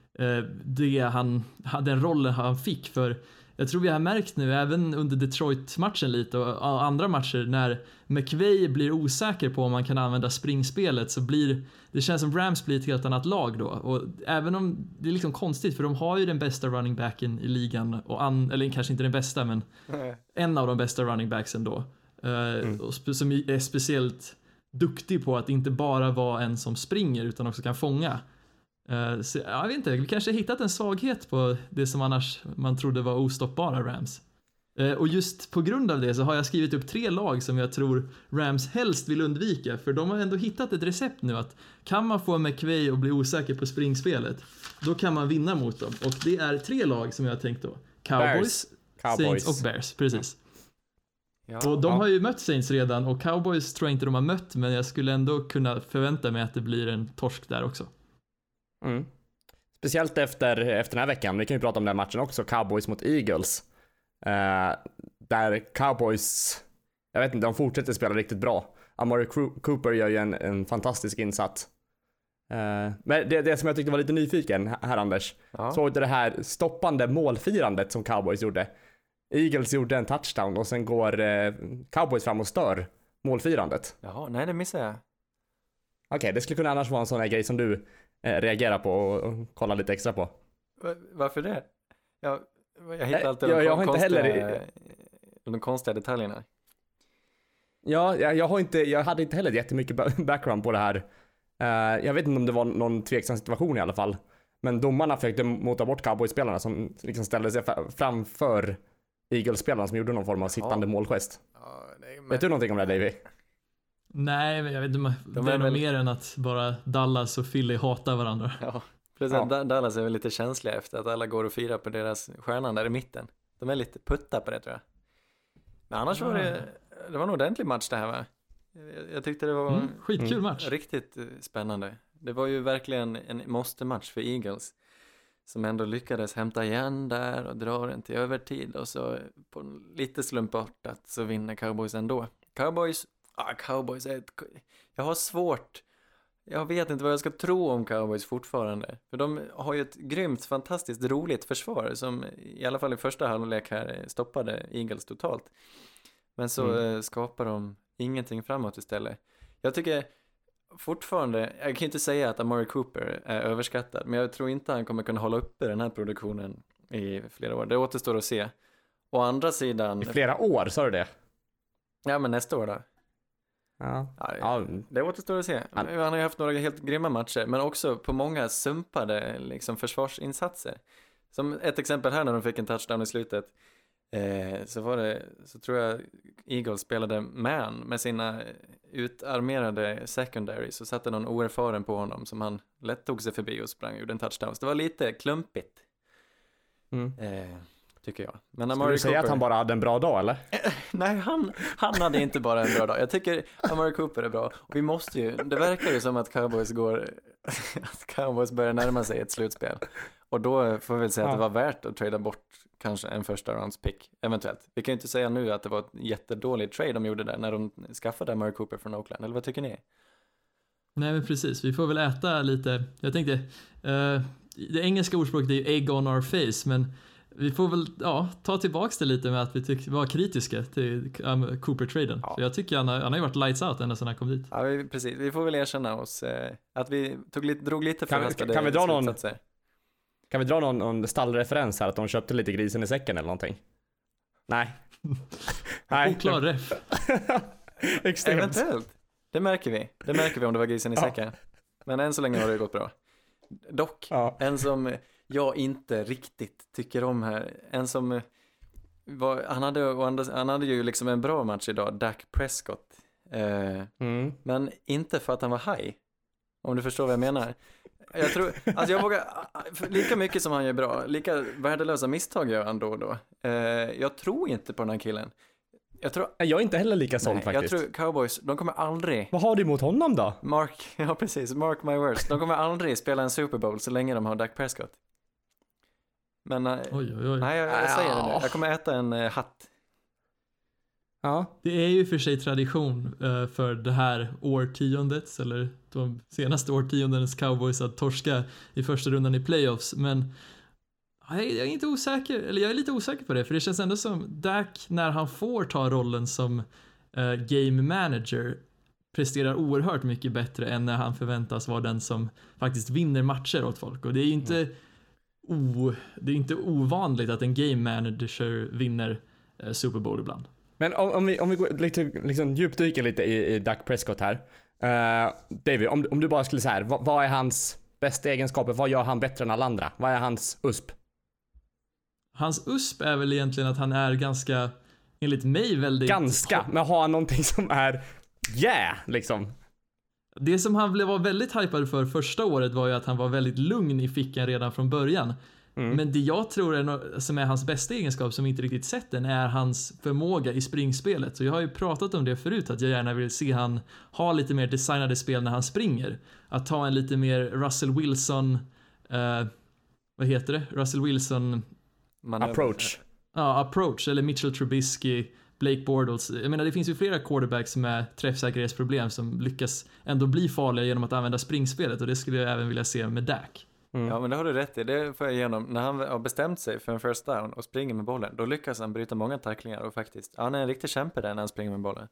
[SPEAKER 4] den rollen han fick. För jag tror vi har märkt nu även under Detroit-matchen lite och andra matcher när McVay blir osäker på om man kan använda springspelet så det känns som Rams blir ett helt annat lag då. Och även om det är liksom konstigt för de har ju den bästa running backen i ligan eller kanske inte den bästa men en av de bästa running backsen då. Som är speciellt duktig på att inte bara vara en som springer utan också kan fånga. Så, jag vet inte, vi kanske har hittat en svaghet på det som annars man trodde var ostoppbara Rams. Och just på grund av det så har jag skrivit upp 3 lag som jag tror Rams helst vill undvika. För de har ändå hittat ett recept nu att kan man få McVay och bli osäker på springspelet då kan man vinna mot dem. Och det är 3 lag som jag har tänkt då. Cowboys. Saints och Bears, precis. Ja, och de har ju mött Saints redan och Cowboys tror jag inte de har mött men jag skulle ändå kunna förvänta mig att det blir en torsk där också.
[SPEAKER 2] Speciellt efter den här veckan. Vi kan ju prata om den matchen också. Cowboys mot Eagles. Där Cowboys, jag vet inte, de fortsätter spela riktigt bra. Amari Cooper gör ju en fantastisk insats. Men det som jag tyckte var lite nyfiken här Anders. Såg du det här stoppande målfirandet som Cowboys gjorde? Eagles gjorde en touchdown och sen går Cowboys fram och stör målfirandet.
[SPEAKER 3] Jaha, nej det missar jag.
[SPEAKER 2] Okej, det skulle kunna annars vara en sån här grej som du reagerar på och kollar lite extra på.
[SPEAKER 3] Varför det? Jag hittar alltid de konstiga detaljerna.
[SPEAKER 2] Ja, jag hade inte heller jättemycket background på det här. Jag vet inte om det var någon tveksam situation i alla fall. Men domarna försökte mota bort Cowboys-spelarna som liksom ställde sig framför Eagles-spelarna som gjorde någon form av sittande målgest. Vet du någonting om det, Davy?
[SPEAKER 4] Nej, men jag vet inte. Det är nog mer än att bara Dallas och Philly hatar varandra.
[SPEAKER 3] Ja, precis. Dallas är väl lite känsliga efter att alla går och firar på deras stjärnan där i mitten. De är lite putta på det tror jag. Men annars var det var en ordentlig match det här va? Jag tyckte det var
[SPEAKER 4] skitkul match.
[SPEAKER 3] Riktigt spännande. Det var ju verkligen en måste-match för Eagles. Som ändå lyckades hämta igen där och dra den till övertid. Och så på lite slumpartat så vinner Cowboys ändå. Cowboys är jag har svårt. Jag vet inte vad jag ska tro om Cowboys fortfarande. För de har ju ett grymt, fantastiskt roligt försvar. Som i alla fall i första halvlek här stoppade Eagles totalt. Men så skapar de ingenting framåt istället. Jag tycker fortfarande, jag kan inte säga att Amari Cooper är överskattad, men jag tror inte han kommer kunna hålla uppe den här produktionen i flera år. Det återstår att se. Å andra sidan...
[SPEAKER 2] I flera år, sa du det?
[SPEAKER 3] Ja, men nästa år då.
[SPEAKER 2] Ja.
[SPEAKER 3] Det återstår att se. Han har ju haft några helt grymma matcher, men också på många sumpade liksom, försvarsinsatser. Som ett exempel här när de fick en touchdown i slutet. Så tror jag Eagles spelade man med sina utarmerade secondaries och satte någon oerfaren på honom som han lätt tog sig förbi och sprang och gjorde en touchdown. Så det var lite klumpigt. Tycker jag. Men
[SPEAKER 2] Skulle du säga att han bara hade en bra dag, eller?
[SPEAKER 3] Nej, han hade inte bara en bra dag. Jag tycker Amari Cooper är bra. Och vi måste ju, det verkar ju som att Cowboys börjar närma sig ett slutspel. Och då får vi väl säga att det var värt att trada bort kanske en första rounds pick, eventuellt. Vi kan ju inte säga nu att det var ett jättedåligt trade de gjorde där när de skaffade Amari Cooper från Oakland. Eller vad tycker ni?
[SPEAKER 4] Nej, men precis. Vi får väl äta lite. Jag tänkte, det engelska ordspråket är ju egg on our face, men vi får väl ta tillbaks det lite med att vi var kritiska till Cooper-traden. Ja. Jag tycker han har ju varit lights out ända sedan han kom dit.
[SPEAKER 3] Ja, precis. Vi får väl erkänna oss att vi drog lite för
[SPEAKER 2] kan vi dra slutsatser. Kan vi dra någon stallreferens här, att de köpte lite grisen i säcken eller någonting? Nej.
[SPEAKER 4] Oklar ref.
[SPEAKER 2] Extremt.
[SPEAKER 3] Eventuellt. Det märker vi om det var grisen i säcken. Men än så länge har det gått bra. Dock, en som jag inte riktigt tycker om här. En som han hade ju liksom en bra match idag, Dak Prescott. Men inte för att han var high. Om du förstår vad jag menar. Jag tror, alltså jag vågar, lika mycket som han gör bra, lika värdelösa misstag gör han då och då. Jag tror inte på den här killen. Jag är inte heller lika såld faktiskt. Jag tror Cowboys, de kommer aldrig...
[SPEAKER 2] Vad har du emot honom då?
[SPEAKER 3] Mark my words. De kommer aldrig spela en Super Bowl så länge de har Dak Prescott. Men nej, jag säger det nu. Jag kommer äta en hatt.
[SPEAKER 4] Ja. Det är ju för sig tradition för det här årtiondets eller de senaste årtiondens Cowboys att torska i första rundan i playoffs, men jag är inte osäker, eller jag är lite osäker på det, för det känns ändå som Dak, när han får ta rollen som game manager, presterar oerhört mycket bättre än när han förväntas vara den som faktiskt vinner matcher åt folk. Och det är ju inte det är inte ovanligt att en game manager vinner Super Bowl ibland.
[SPEAKER 2] Men om vi går liksom djupdyker lite i Dak Prescott här. David, om du bara skulle säga här, vad är hans bästa egenskaper? Vad gör han bättre än alla andra? Vad är hans USP?
[SPEAKER 4] Hans USP är väl egentligen att han är ganska, enligt mig, väldigt...
[SPEAKER 2] Men har han någonting som är liksom?
[SPEAKER 4] Det som han var väldigt hypad för första året var ju att han var väldigt lugn i fickan redan från början. Men det jag tror som är hans bästa egenskap, som vi inte riktigt sett den, är hans förmåga i springspelet. Så jag har ju pratat om det förut, att jag gärna vill se han ha lite mer designade spel när han springer. Att ta en lite mer Russell Wilson Russell Wilson
[SPEAKER 2] approach.
[SPEAKER 4] Ja, approach, eller Mitchell Trubisky, Blake Bortles. Jag menar, det finns ju flera quarterbacks med träffsäkerhetsproblem som lyckas ändå bli farliga genom att använda springspelet, och det skulle jag även vilja se med Dak.
[SPEAKER 3] Ja, men det har du rätt i. Det får jag igenom. När han har bestämt sig för en first down och springer med bollen, då lyckas han bryta många tacklingar, och faktiskt, han är en riktig kämpe där när han springer med bollen.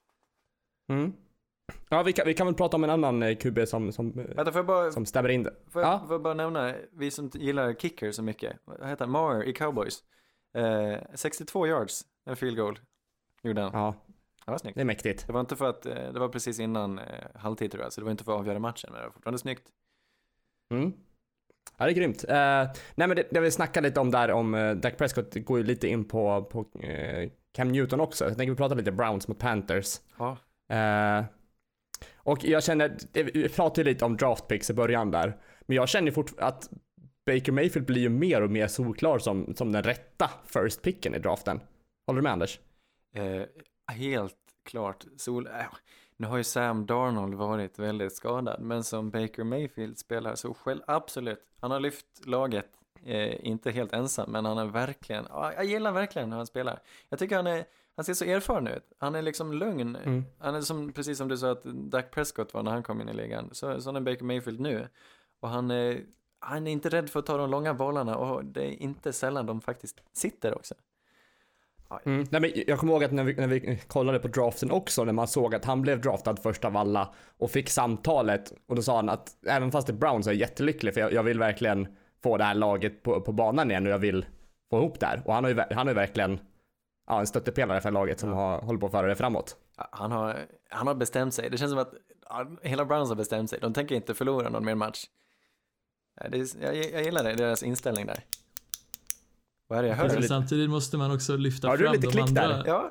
[SPEAKER 2] Ja, vi kan väl prata om en annan QB som stämmer in det.
[SPEAKER 3] Får jag bara nämna, vi som gillar kicker så mycket, vad heter han? Maher i Cowboys. 62 yards, en field goal gjorde han.
[SPEAKER 2] Ja,
[SPEAKER 3] det var snyggt.
[SPEAKER 2] Det är mäktigt.
[SPEAKER 3] Det var inte för att, det var precis innan halvtid tror jag, så det var inte för att avgöra matchen, men det var fortfarande snyggt.
[SPEAKER 2] Ja, det är grymt. Nej, men det vi snackade lite om där, om Dak Prescott, går ju lite in på Cam Newton också. Jag tänker vi pratar lite Browns mot Panthers.
[SPEAKER 3] Ja.
[SPEAKER 2] Och jag känner, vi pratade lite om draft picks i början där, men jag känner fortfarande att Baker Mayfield blir ju mer och mer solklar som den rätta first picken i draften. Håller du med, Anders?
[SPEAKER 3] Helt klart. Nu har ju Sam Darnold varit väldigt skadad, men som Baker Mayfield spelar så själv, absolut. Han har lyft laget, inte helt ensam, men han är verkligen, jag gillar verkligen när han spelar. Jag tycker han ser så erfaren ut. Han är liksom lugn. Han är precis som du sa att Dak Prescott var när han kom in i ligan. Så är Baker Mayfield nu. Och han är inte rädd för att ta de långa bollarna, och det är inte sällan de faktiskt sitter också.
[SPEAKER 2] Nej, men jag kommer ihåg att när vi kollade på draften också, när man såg att han blev draftad först av alla och fick samtalet, och då sa han att även fast det är Browns är jag jättelycklig för jag vill verkligen få det här laget på banan igen och jag vill få ihop där. Och han har ju verkligen en stöttepelare för laget som har hållit på att föra det framåt.
[SPEAKER 3] Han har bestämt sig. Det känns som att hela Browns har bestämt sig. De tänker inte förlora någon mer match. Jag gillar det, deras inställning där. Vad är det jag hör?
[SPEAKER 4] Samtidigt måste man också lyfta fram
[SPEAKER 2] lite
[SPEAKER 4] de andra.
[SPEAKER 2] där?
[SPEAKER 3] Ja.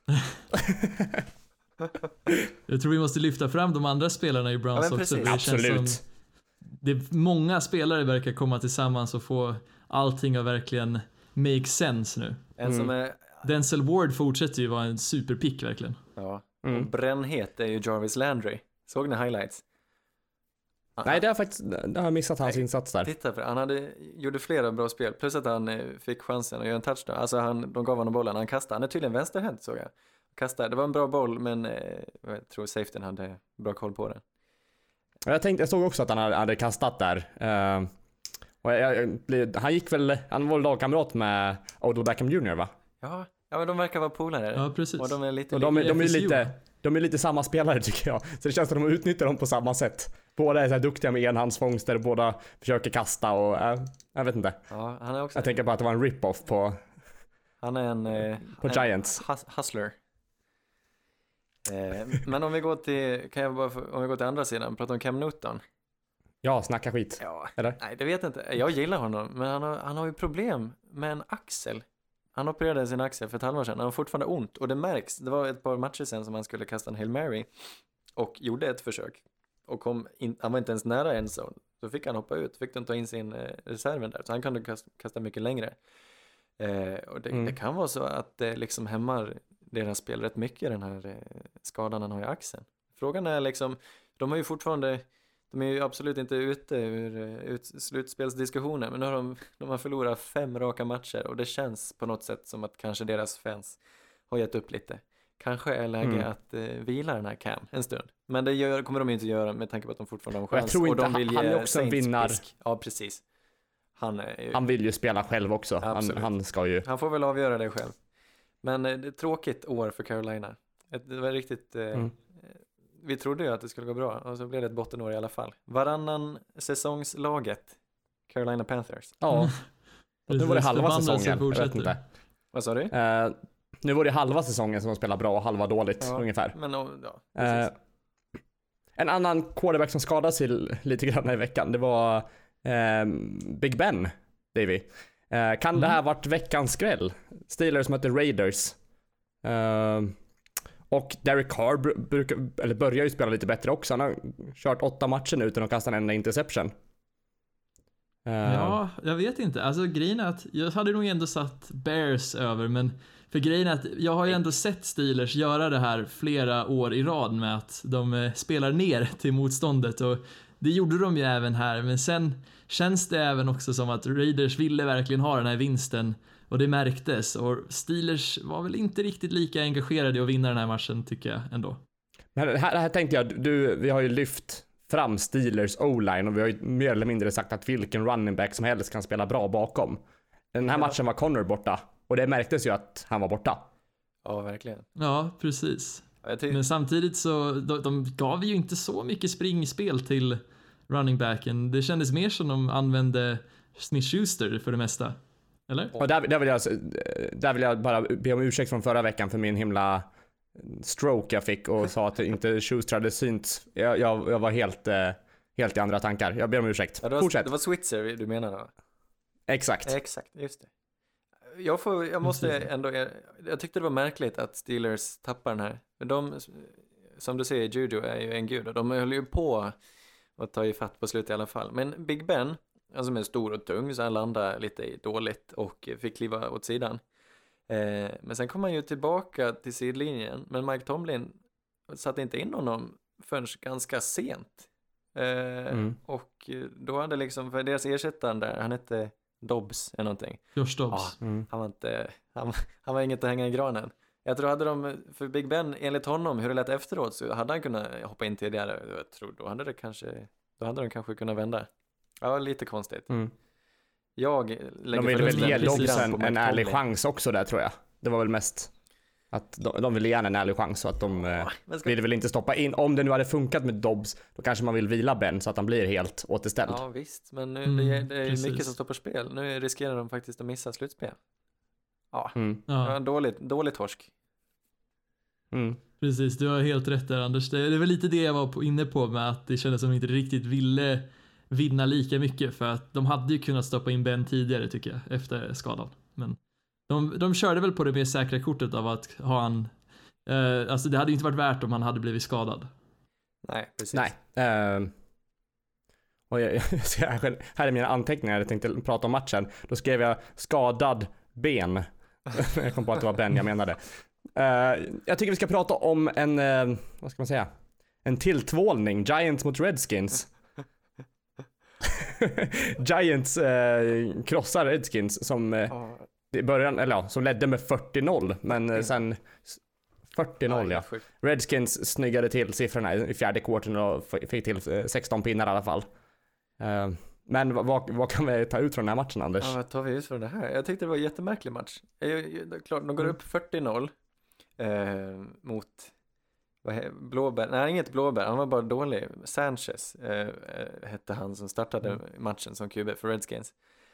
[SPEAKER 4] Jag tror vi måste lyfta fram de andra spelarna i Browns också. Det
[SPEAKER 2] Absolut.
[SPEAKER 4] känns som många spelare verkar komma tillsammans och få allting att verkligen make sense nu.
[SPEAKER 3] En som är...
[SPEAKER 4] Denzel Ward fortsätter ju vara en superpick verkligen.
[SPEAKER 3] Ja. Och brännhet är ju Jarvis Landry. Såg ni highlights?
[SPEAKER 2] Nej, det har jag missat hans insats där.
[SPEAKER 3] Titta, för han gjorde flera bra spel. Plus att han fick chansen att göra en touchdown. Alltså de gav honom bollen, han kastade. Han är tydligen vänsterhänt, såg jag. Kastade. Det var en bra boll, men jag tror safetyn hade bra koll på den.
[SPEAKER 2] Jag såg också att han hade kastat där. Och han gick väl, han var lagkamrat med Odell Beckham Jr, va?
[SPEAKER 3] Ja, men de verkar vara polare.
[SPEAKER 4] Ja, precis.
[SPEAKER 3] Och de är lite...
[SPEAKER 2] De är lite samma spelare tycker jag. Så det känns som att de utnyttjar dem på samma sätt. Båda är så här duktiga med enhandsfångster, båda försöker kasta och jag vet inte.
[SPEAKER 3] Ja, han är också...
[SPEAKER 2] Jag tänker bara att det var en rip-off på...
[SPEAKER 3] Han är
[SPEAKER 2] på Giants.
[SPEAKER 3] Hustler. Men om vi går till andra sidan, prata om Cam Newton.
[SPEAKER 2] Ja, snacka skit.
[SPEAKER 3] Ja,
[SPEAKER 2] eller?
[SPEAKER 3] Nej, det vet jag inte. Jag gillar honom, men han har ju problem med en axel. Han opererade sin axel för ett halvår sedan. Han har fortfarande ont och det märks. Det var ett par matcher sedan som han skulle kasta en Hail Mary och gjorde ett försök. Och han var inte ens nära en zone. Så fick han hoppa ut, fick de ta in sin reserven där. Så han kunde kasta mycket längre. Och det kan vara så att det liksom hämmar deras spel rätt mycket, den här skadan han har i axeln. Frågan är liksom, de är ju absolut inte ute ur slutspelsdiskussioner, men nu har de har förlorat 5 raka matcher och det känns på något sätt som att kanske deras fans har gett upp lite. Kanske är läge att vila den här Cam en stund. Men det kommer de inte göra med tanke på att de fortfarande har en chans.
[SPEAKER 2] Jag tror inte,
[SPEAKER 3] och de vill
[SPEAKER 2] han är också en vinnare.
[SPEAKER 3] Ja, precis.
[SPEAKER 2] Han vill ju spela själv också. Han ska ju.
[SPEAKER 3] Han får väl avgöra det själv. Men det är ett tråkigt år för Carolina. Det var riktigt... Vi trodde ju att det skulle gå bra och så blev det ett bottenår i alla fall. Varannan säsongslaget Carolina Panthers.
[SPEAKER 2] Ja. Nu var det halva säsongen. Jag vet inte.
[SPEAKER 3] Vad sa du?
[SPEAKER 2] Nu var det halva säsongen som de spelar bra och halva dåligt ungefär.
[SPEAKER 3] Men
[SPEAKER 2] en annan quarterback som skadade sig lite grann i veckan, det var Big Ben, Davey. Kan det här varit veckans skräll? Steelers möter Raiders. Och Derek Carr börjar ju spela lite bättre också. Han har kört 8 matcher nu utan att kasta en enda interception.
[SPEAKER 4] Ja, jag vet inte. Alltså grejen är att jag hade nog ändå satt Bears över, men för grejen är att jag har ju ändå sett Steelers göra det här flera år i rad med att de spelar ner till motståndet, och det gjorde de ju även här, men sen känns det även också som att Raiders ville verkligen ha den här vinsten och det märktes, och Steelers var väl inte riktigt lika engagerade i att vinna den här matchen tycker jag ändå.
[SPEAKER 2] Men det här tänkte jag, vi har ju lyft fram Steelers O-line och vi har ju mer eller mindre sagt att vilken running back som helst kan spela bra bakom. Den här matchen var Connor borta och det märktes ju att han var borta.
[SPEAKER 3] Ja, verkligen.
[SPEAKER 4] Ja, precis. Men samtidigt så de gav ju inte så mycket springspel till running backen. Det kändes mer som de använde Smith-Schuster för det mesta. Eller?
[SPEAKER 2] Och där vill jag bara be om ursäkt från förra veckan för min himla stroke jag fick och sa att inte Schuster hade synts. Jag var helt i andra tankar. Jag ber om ursäkt.
[SPEAKER 3] Ja,
[SPEAKER 2] Fortsätt.
[SPEAKER 3] Det var Switzer du menade va?
[SPEAKER 2] Exakt,
[SPEAKER 3] just det. Jag måste ändå... Jag tyckte det var märkligt att Steelers tappar den här. De, som du säger, Juju är ju en gud och de höll ju på att ta i fatt på slut i alla fall. Men Big Ben, som är stor och tung, så han landade lite dåligt och fick kliva åt sidan. Men sen kom han ju tillbaka till sidlinjen. Men Mike Tomlin satte inte in honom förrän ganska sent. Och då hade liksom, för deras ersättaren där, han hette Dobbs eller någonting.
[SPEAKER 4] Josh Dobbs.
[SPEAKER 3] Han var inget att hänga i granen. Jag tror hade de, för Big Ben, enligt honom, hur det lät efteråt, så hade han kunnat hoppa in tidigare. Jag tror då hade de kanske kunnat vända. Ja, lite konstigt.
[SPEAKER 2] De vill väl ge Dobbs en ärlig chans också där, tror jag. det var väl mest att de ville gärna en ärlig chans, så att de ville väl inte stoppa in. Om det nu hade funkat med Dobbs, då kanske man vill vila Ben så att han blir helt återställd.
[SPEAKER 3] Ja visst, men nu, det är ju mycket som står på spel. Nu riskerar de faktiskt att missa slutspel. Ja, dålig torsk.
[SPEAKER 4] Precis, du har helt rätt där Anders. Det är väl lite det jag var inne på med att det kändes som att de inte riktigt ville vinna lika mycket, för att de hade ju kunnat stoppa in Ben tidigare tycker jag, efter skadan. Men de körde väl på det mer säkra kortet av att ha han, alltså det hade ju inte varit värt om han hade blivit skadad.
[SPEAKER 3] Nej, precis.
[SPEAKER 2] Nej. Och här är mina anteckningar, jag tänkte prata om matchen. Då skrev jag skadad ben. Jag kom på att det var Ben jag menade. Jag tycker vi ska prata om en, vad ska man säga? En tilltvålning. Giants mot Redskins. Giants krossar Redskins som i början, eller ja, som ledde med 40-0, men sen 40-0 ja. Redskins snyggade till siffrorna i fjärde kvarten och fick till 16 pinnar i alla fall. Men vad kan vi ta ut från den här matchen, Anders?
[SPEAKER 3] Ja, vad tar vi ut från det här? Jag tyckte det var en jättemärklig match. Klart, de går upp 40-0 mot Blåbär. Nej, inget Blåbär. Han var bara dålig. Sanchez hette han som startade matchen som QB för Redskins.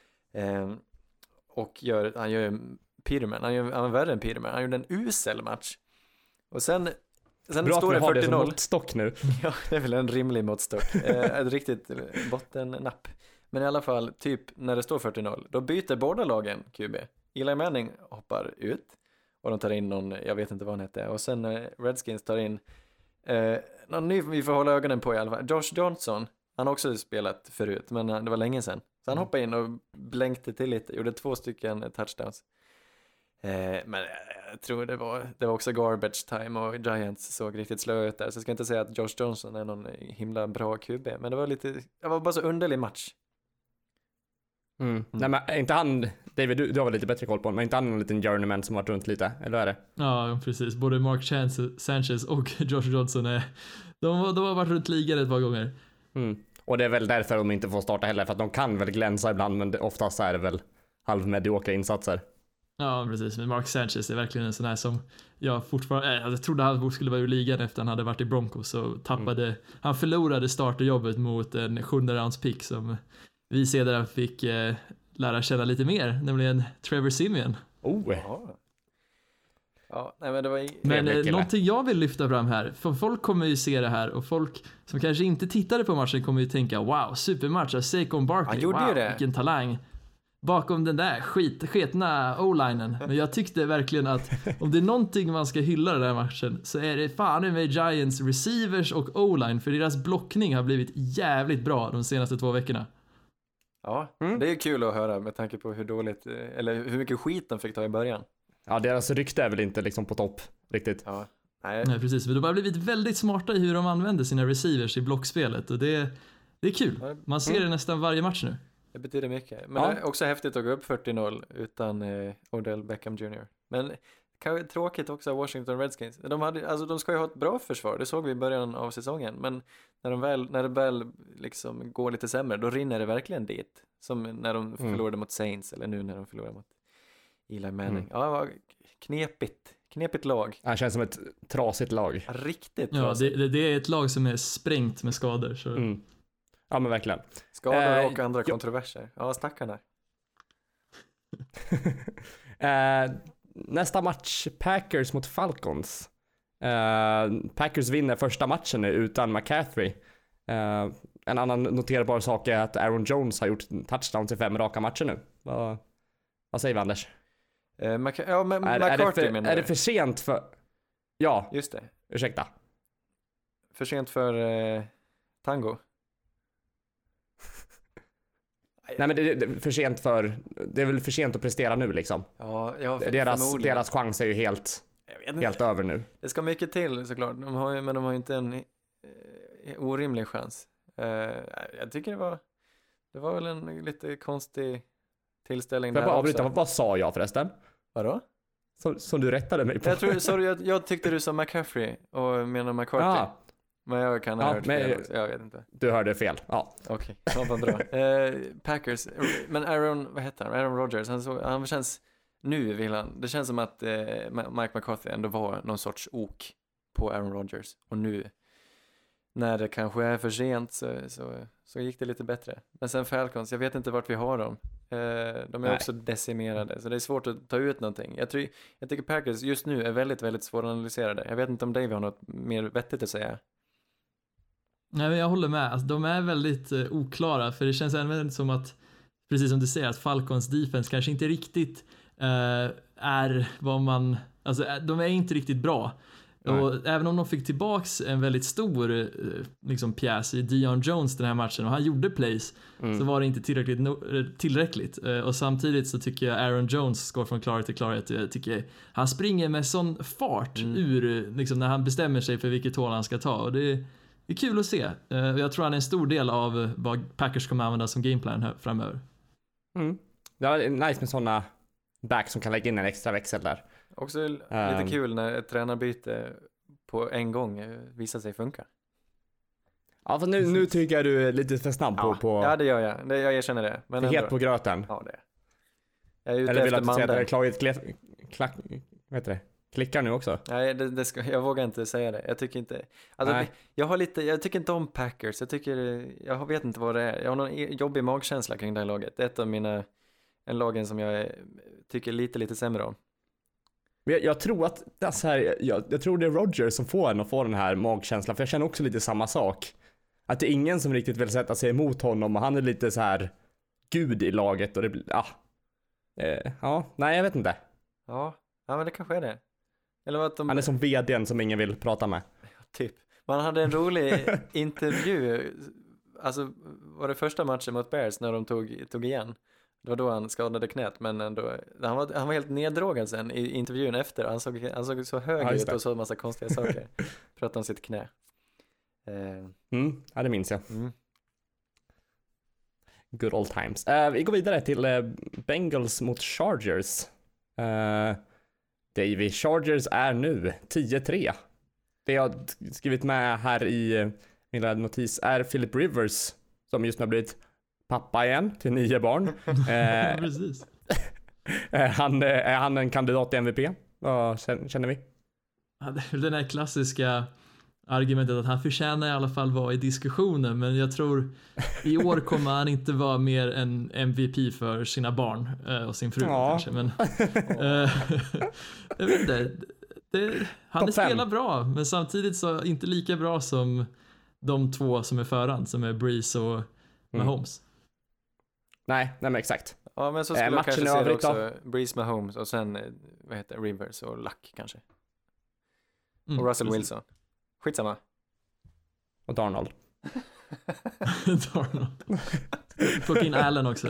[SPEAKER 3] Och han gör Peterman. Han är värre än Peterman. Han gjorde en usel match. Och sen
[SPEAKER 2] bra
[SPEAKER 3] står det 40-0.
[SPEAKER 2] Det som måttstock nu.
[SPEAKER 3] Ja, det är väl en rimlig måttstock. Ett riktigt bottennapp. Men i alla fall, typ när det står 40-0, då byter båda lagen QB. Eli Manning hoppar ut och de tar in någon, jag vet inte vad han heter. Och sen Redskins tar in någon ny vi får hålla ögonen på i alla fall. Josh Johnson, han har också spelat förut, men det var länge sedan. Så han hoppade in och blänkte till lite, gjorde 2 touchdowns. Men jag tror det var också garbage time och Giants såg riktigt slö ut där. Så jag ska inte säga att Josh Johnson är någon himla bra QB, men det var bara så underlig match.
[SPEAKER 2] Nej, men inte han, David, du har väl lite bättre koll på honom, men inte han en liten journeyman som varit runt lite, eller är det?
[SPEAKER 4] Ja, precis. Både Mark Sanchez och Josh Johnson de har varit runt ligan ett par gånger.
[SPEAKER 2] Och det är väl därför de inte får starta heller, för att de kan väl glänsa ibland, men oftast är det väl halvmediokra insatser.
[SPEAKER 4] Ja, precis. Men Mark Sanchez är verkligen en sån här som jag fortfarande, jag trodde han skulle vara ur ligan efter han hade varit i Broncos och tappade, han förlorade starterjobbet mot en 7:e rounds pick som vi sedan fick lära känna lite mer, nämligen Trevor Siemian.
[SPEAKER 3] Ja, nej, men det var
[SPEAKER 4] men någonting jag vill lyfta fram här, för folk kommer ju se det här och folk som kanske inte tittade på matchen kommer ju tänka wow, supermatch av Saquon Barkley, wow, vilken talang bakom den där sketna O-linen. Men jag tyckte verkligen att om det är någonting man ska hylla den här matchen så är det fan med Giants receivers och O-line, för deras blockning har blivit jävligt bra de senaste 2 veckorna.
[SPEAKER 3] Ja, det är kul att höra med tanke på hur dåligt, eller hur mycket skit de fick ta i början.
[SPEAKER 2] Ja, deras rykte är väl inte liksom på topp riktigt.
[SPEAKER 3] Ja,
[SPEAKER 4] nej precis. Men de har blivit väldigt smarta i hur de använder sina receivers i blockspelet. Och det är kul. Man ser det nästan varje match nu. Det
[SPEAKER 3] betyder mycket. Men det är också häftigt att gå upp 40-0 utan Odell Beckham Jr. Men kanske tråkigt också av Washington Redskins. De ska ju ha ett bra försvar. Det såg vi i början av säsongen. Men när det väl liksom går lite sämre, då rinner det verkligen dit. Som när de förlorade mot Saints, eller nu när de förlorade mot Eli Manning. Ja, knepigt lag.
[SPEAKER 2] Det känns som ett trasigt lag.
[SPEAKER 3] Riktigt
[SPEAKER 4] trasigt. Ja, det är ett lag som är sprängt med skador. Så.
[SPEAKER 2] Ja, men verkligen.
[SPEAKER 3] Skador och andra kontroverser. Ja, stackarna.
[SPEAKER 2] Nästa match, Packers mot Falcons. Packers vinner första matchen nu utan McCaffrey. En annan noterbar sak är att Aaron Jones har gjort touchdowns i 5 raka matcher nu. Vad säger vi, Anders? Är det för sent för... Ja,
[SPEAKER 3] just det.
[SPEAKER 2] Ursäkta.
[SPEAKER 3] För sent för Tango?
[SPEAKER 2] Nej, men det är för sent för... Det är väl för sent att prestera nu liksom.
[SPEAKER 3] Ja,
[SPEAKER 2] deras chans är ju helt över nu.
[SPEAKER 3] Det ska mycket till såklart. De har ju inte en orimlig chans. Jag tycker det var väl en lite konstig tillställning där också.
[SPEAKER 2] Vad sa jag förresten?
[SPEAKER 3] Vadå?
[SPEAKER 2] Som du rättade mig på.
[SPEAKER 3] Jag tyckte du sa McCaffrey och menar McCarthy. Men jag kan ha hört fel också. Jag vet inte.
[SPEAKER 2] Du hörde fel, ja.
[SPEAKER 3] Okej, vad bra. Packers. Men Aaron Rodgers, han känns nu vill han, det känns som att Mike McCarthy ändå var någon sorts ok på Aaron Rodgers. Och nu, när det kanske är för sent, så gick det lite bättre. Men sen Falcons, jag vet inte vart vi har dem. De är också decimerade, så det är svårt att ta ut någonting. Jag tycker Packers just nu är väldigt, väldigt svåranalyserade. Jag vet inte om Dave har något mer vettigt att säga.
[SPEAKER 4] Nej, men jag håller med. Alltså, de är väldigt oklara, för det känns även som att, precis som du säger, att Falcons defense kanske inte riktigt är vad man, alltså de är inte riktigt bra. Och även om de fick tillbaks en väldigt stor liksom pjäs i Dion Jones den här matchen och han gjorde plays, så var det inte tillräckligt. Och samtidigt så tycker jag Aaron Jones går från klarhet till klarhet. Jag tycker han springer med sån fart ur liksom, när han bestämmer sig för vilket hål han ska ta, och det är kul att se. Jag tror han är en stor del av vad Packers kommer använda som gameplan här framöver.
[SPEAKER 2] Det är nice med såna back som kan lägga in en extra växel där.
[SPEAKER 3] Också lite kul när ett tränarbyte på en gång visar sig funka.
[SPEAKER 2] Ja, för nu tycker jag du är lite för snabb på...
[SPEAKER 3] Ja, det gör jag. Jag erkänner det. Men
[SPEAKER 2] het på gröten.
[SPEAKER 3] Ja, det. Jag är ute
[SPEAKER 2] eller vill
[SPEAKER 3] efter
[SPEAKER 2] att säga
[SPEAKER 3] mandeln.
[SPEAKER 2] Vad heter det? Klickar nu också?
[SPEAKER 3] Nej, jag vågar inte säga det. Jag tycker inte... Alltså, jag tycker inte om Packers. Jag vet inte vad det är. Jag har någon jobbig magkänsla kring det här laget. Det är ett av mina lagen som jag tycker lite sämre om.
[SPEAKER 2] Jag tror att det är så här, jag tror det är Rodgers som får en att få den här magkänslan, för jag känner också lite samma sak. Att det är ingen som riktigt vill sätta sig emot honom, och han är lite så här gud i laget, och det blir nej, jag vet inte.
[SPEAKER 3] Ja, men det kanske är det. Eller vad
[SPEAKER 2] han är som vdn som ingen vill prata med.
[SPEAKER 3] Typ. Man hade en rolig intervju, alltså var det första matchen mot Bears när de tog igen. Det var då han skadade knät, men ändå, han var helt neddrogad sen i intervjun efter. Han såg så hög ut och så en massa konstiga saker. Pratade om sitt knä.
[SPEAKER 2] Ja, det minns jag. Good old times. Vi går vidare till Bengals mot Chargers. Davey, Chargers är nu 10-3. Det jag har skrivit med här i min notis är Philip Rivers, som just nu har blivit pappa igen till 9 barn.
[SPEAKER 4] Precis.
[SPEAKER 2] Är han en kandidat till MVP? Vad känner vi?
[SPEAKER 4] Ja, det är väl den här klassiska argumentet att han förtjänar i alla fall vara i diskussionen, men jag tror i år kommer han inte vara mer än MVP för sina barn och sin fru kanske, men jag vet inte. Han spelar bra, men samtidigt så inte lika bra som de två som är förhand, som är Breeze och Mahomes. Nej,
[SPEAKER 2] men exakt.
[SPEAKER 3] Ja, men så skulle jag kanske se det också. Breeze, Mahomes och sen Rivers och Luck kanske. Och Russell Wilson. Skitsamma.
[SPEAKER 2] Och Darnold.
[SPEAKER 4] Darnold. Få in Allen också.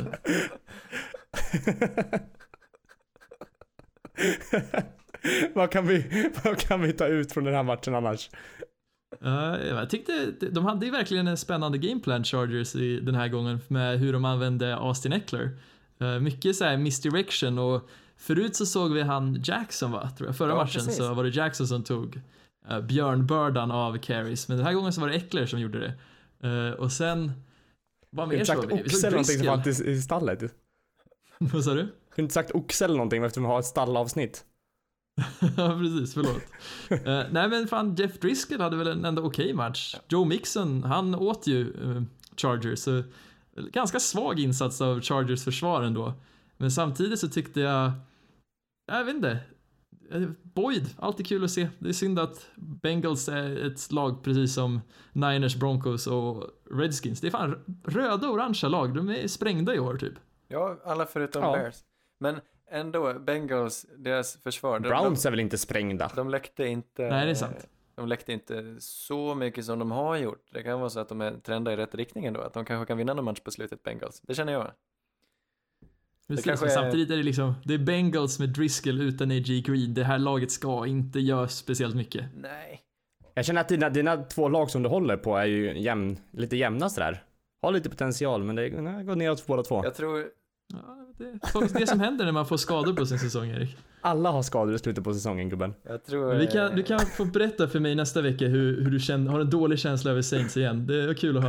[SPEAKER 2] Vad kan vi ta ut från den här matchen annars?
[SPEAKER 4] Jag tyckte de hade ju verkligen en spännande gameplan, Chargers, i den här gången, med hur de använde Austin Eckler. Mycket så här misdirection, och förut så såg vi han Jackson, tror jag. Förra matchen precis. Så var det Jackson som tog björnbördan av carries, men den här gången så var det Eckler som gjorde det. Och sen vad mer såg vi?
[SPEAKER 2] Oxel någonting som var i stallet.
[SPEAKER 4] Vad sa du?
[SPEAKER 2] Du har inte sagt oxel någonting eftersom vi har ett stallavsnitt.
[SPEAKER 4] Ja, precis, förlåt. Nej, men fan, Jeff Driscoll hade väl en ändå okej match. Joe Mixon, han åt ju Chargers, så ganska svag insats av Chargers försvar ändå. Men samtidigt så tyckte jag vet inte, Boyd, alltid kul att se. Det är synd att Bengals är ett lag precis som Niners, Broncos och Redskins. Det är fan röda och orangea lag, de är sprängda i år typ.
[SPEAKER 3] Ja, alla förutom Bears. Men ändå, Bengals, deras försvar.
[SPEAKER 2] Browns är väl inte sprängda?
[SPEAKER 3] De läckte inte...
[SPEAKER 4] Nej, det är sant.
[SPEAKER 3] De läckte inte så mycket som de har gjort. Det kan vara så att de är trenda i rätt riktning ändå. Att de kanske kan vinna någon match på slutet, Bengals. Det känner jag.
[SPEAKER 4] Precis, samtidigt är det liksom, det är Bengals med Driscoll utan A.J. Green. Det här laget ska inte göra speciellt mycket.
[SPEAKER 3] Nej.
[SPEAKER 2] Jag känner att dina två lag som du håller på är ju lite jämna sådär. Har lite potential, men det går neråt för båda två.
[SPEAKER 3] Jag tror...
[SPEAKER 4] Ja, det som händer när man får skador på sin säsong, Erik.
[SPEAKER 2] Alla har skador i slutet på säsongen, gubben.
[SPEAKER 3] Jag tror...
[SPEAKER 4] Du kan få berätta för mig nästa vecka hur du har en dålig känsla över Saints igen. Det är kul att höra.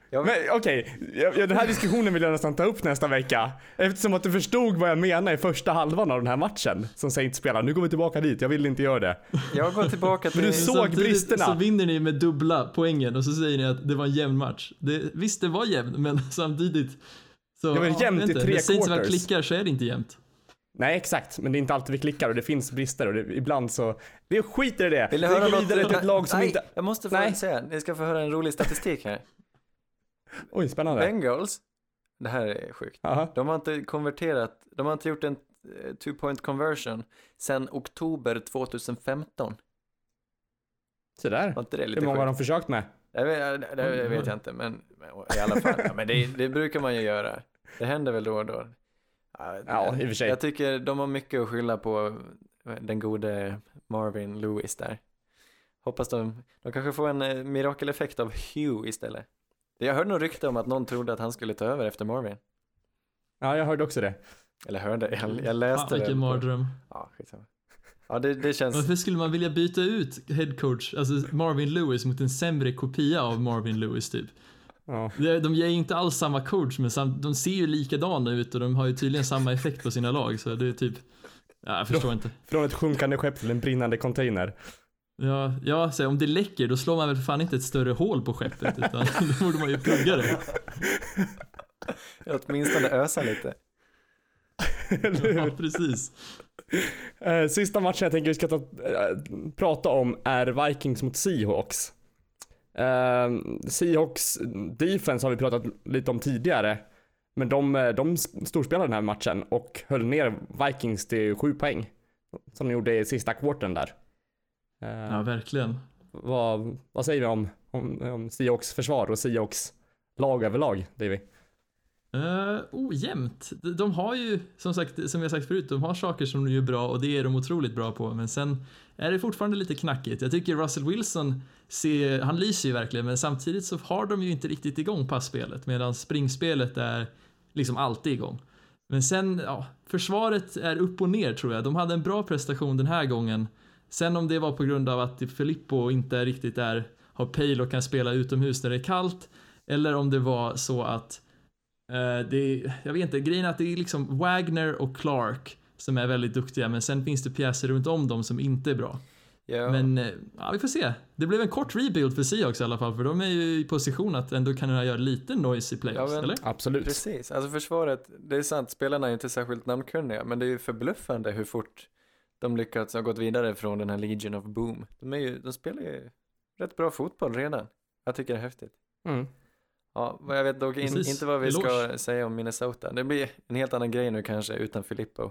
[SPEAKER 2] Men okej, den här diskussionen vill jag nästan ta upp nästa vecka. Eftersom att du förstod vad jag menar i första halvan av den här matchen som Saints spelar. Nu går vi tillbaka dit, jag vill inte göra det.
[SPEAKER 3] Jag går tillbaka till...
[SPEAKER 2] Men du såg bristerna.
[SPEAKER 4] Så vinner ni med dubbla poängen och så säger ni att det var en jämn match. Visst, det var jämnt, men samtidigt så...
[SPEAKER 2] Det var jämnt i 3 quarters.
[SPEAKER 4] När Saints väl klickar så är det inte jämnt.
[SPEAKER 2] Nej, exakt. Men det är inte alltid vi klickar och det finns brister och ibland så... Vi skiter i det.
[SPEAKER 3] Vill du höra
[SPEAKER 2] går vidare till ett lag som
[SPEAKER 3] nej,
[SPEAKER 2] inte...
[SPEAKER 3] jag måste få säga. Ni ska få höra en rolig statistik här.
[SPEAKER 2] Oj, spännande.
[SPEAKER 3] Bengals, det här är sjukt.
[SPEAKER 2] Aha.
[SPEAKER 3] De har inte konverterat, de har inte gjort en 2-point conversion sedan oktober 2015.
[SPEAKER 2] Så där.
[SPEAKER 3] Var inte det lite
[SPEAKER 2] Hur många har
[SPEAKER 3] sjukt?
[SPEAKER 2] de försökt med?
[SPEAKER 3] Det vet jag inte, men i alla fall. Ja, men det brukar man ju göra. Det händer väl då och då.
[SPEAKER 2] Ja, i och för sig.
[SPEAKER 3] Jag tycker de har mycket att skylla på den gode Marvin Lewis där. Hoppas de kanske får en mirakeleffekt av Hugh istället. Jag hörde nog rykte om att någon trodde att han skulle ta över efter Marvin.
[SPEAKER 2] Ja, jag hörde också det.
[SPEAKER 3] Eller hörde, jag läste det.
[SPEAKER 4] Vilken mardröm.
[SPEAKER 3] Ja, skitsamma. Ja, det känns...
[SPEAKER 4] Varför skulle man vilja byta ut headcoach, alltså Marvin Lewis, mot en sämre kopia av Marvin Lewis typ?
[SPEAKER 2] Ja.
[SPEAKER 4] De ger inte alls samma coach, men de ser ju likadana ut och de har ju tydligen samma effekt på sina lag, så det är typ... Ja, jag förstår inte.
[SPEAKER 2] Från ett sjunkande skepp till en brinnande container.
[SPEAKER 4] Ja, så om det läcker då slår man väl fan inte ett större hål på skeppet, utan då borde man ju plugga det.
[SPEAKER 3] Åtminstone ösa lite.
[SPEAKER 2] Ja,
[SPEAKER 4] precis.
[SPEAKER 2] Sista matchen jag tänker vi ska prata om är Vikings mot Seahawks. Seahawks defense har vi pratat lite om tidigare. Men de storspelade den här matchen och höll ner Vikings till 7 poäng. Som de gjorde i sista kvarten där.
[SPEAKER 4] Ja, verkligen.
[SPEAKER 2] Vad säger vi om Seahawks försvar och Seahawks lag överlag, Davy?
[SPEAKER 4] Jämnt. De har ju, som jag sagt förut, de har saker som de gör bra och det är de otroligt bra på, men sen är det fortfarande lite knackigt. Jag tycker Russell Wilson han lyser ju verkligen, men samtidigt så har de ju inte riktigt igång passspelet, medan springspelet är liksom alltid igång. Men sen, försvaret är upp och ner tror jag. De hade en bra prestation den här gången. Sen om det var på grund av att Filippo inte riktigt har pejl och kan spela utomhus när det är kallt, eller om det var så att jag vet inte, grejen är att det är liksom Wagner och Clark som är väldigt duktiga, men sen finns det pjäser runt om dem som inte är bra.
[SPEAKER 3] Ja.
[SPEAKER 4] Men vi får se. Det blev en kort rebuild för Seahawks i alla fall, för de är ju i position att ändå kunna göra lite noise i playoffs, eller?
[SPEAKER 2] Absolut.
[SPEAKER 3] Precis, alltså försvaret, det är sant, spelarna är inte särskilt namnkunniga, men det är ju förbluffande hur fort de lyckats ha gått vidare från den här Legion of Boom. De spelar ju rätt bra fotboll redan. Jag tycker det är häftigt.
[SPEAKER 2] Mm.
[SPEAKER 3] Ja, jag vet dock inte vad vi ska
[SPEAKER 4] Eloge.
[SPEAKER 3] säga om Minnesota. Det blir en helt annan grej nu kanske utan Filippo.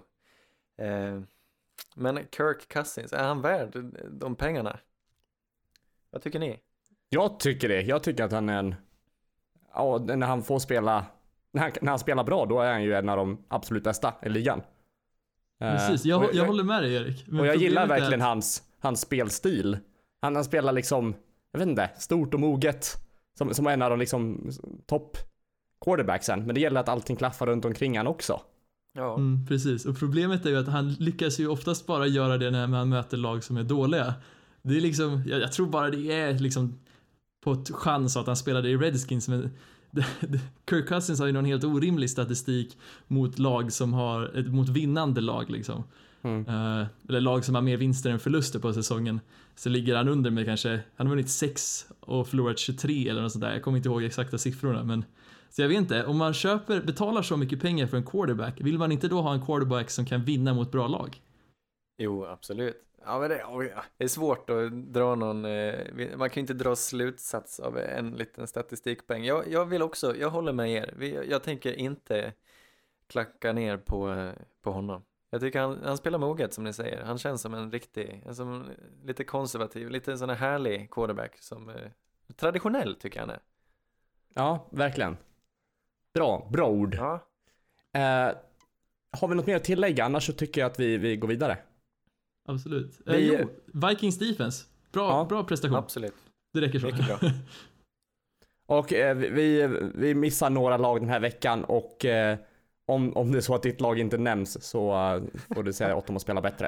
[SPEAKER 3] Men Kirk Cousins, är han värd de pengarna? Vad tycker ni?
[SPEAKER 2] Jag tycker det. Jag tycker att han är när han får spela, när han spelar bra, då är han ju en av de absolut bästa i ligan.
[SPEAKER 4] Precis, jag håller med dig, Erik. Men
[SPEAKER 2] och jag gillar
[SPEAKER 4] problemet
[SPEAKER 2] verkligen hans spelstil. Han spelar liksom, jag vet inte, stort och moget. Som en av de liksom topp quarterbacksen. Men det gäller att allting klaffar runt omkring han också.
[SPEAKER 3] Ja.
[SPEAKER 4] Precis, och problemet är ju att han lyckas ju oftast bara göra det när man möter lag som är dåliga. Det är liksom, jag tror bara det är liksom på ett chans att han spelade i Redskins, men Kirk Cousins har ju någon helt orimlig statistik mot lag som mot vinnande lag liksom. Eller lag som har mer vinster än förluster på säsongen. Så ligger han under med kanske, han har vunnit 6 och förlorat 23 eller något sånt där. Jag kommer inte ihåg exakta siffrorna, men så jag vet inte, om man betalar så mycket pengar för en quarterback, vill man inte då ha en quarterback som kan vinna mot bra lag?
[SPEAKER 3] Jo, absolut. Ja, men det är svårt att dra någon, man kan ju inte dra slutsats av en liten statistikpoäng. Jag håller med er. Jag tänker inte klacka ner på honom. Jag tycker han spelar moget, som ni säger. Han känns som en lite konservativ, lite sån här härlig quarterback som traditionell tycker jag han är.
[SPEAKER 2] Ja, verkligen. Bra ord.
[SPEAKER 3] Ja.
[SPEAKER 2] Har vi något mer att tillägga? Annars så tycker jag att vi går vidare.
[SPEAKER 4] Absolut. Vikings defense. Bra prestation.
[SPEAKER 3] Absolut.
[SPEAKER 4] Det räcker så.
[SPEAKER 3] Mycket bra.
[SPEAKER 2] Och vi missar några lag den här veckan och om det är så att ditt lag inte nämns så får du säga åt dem att spela bättre.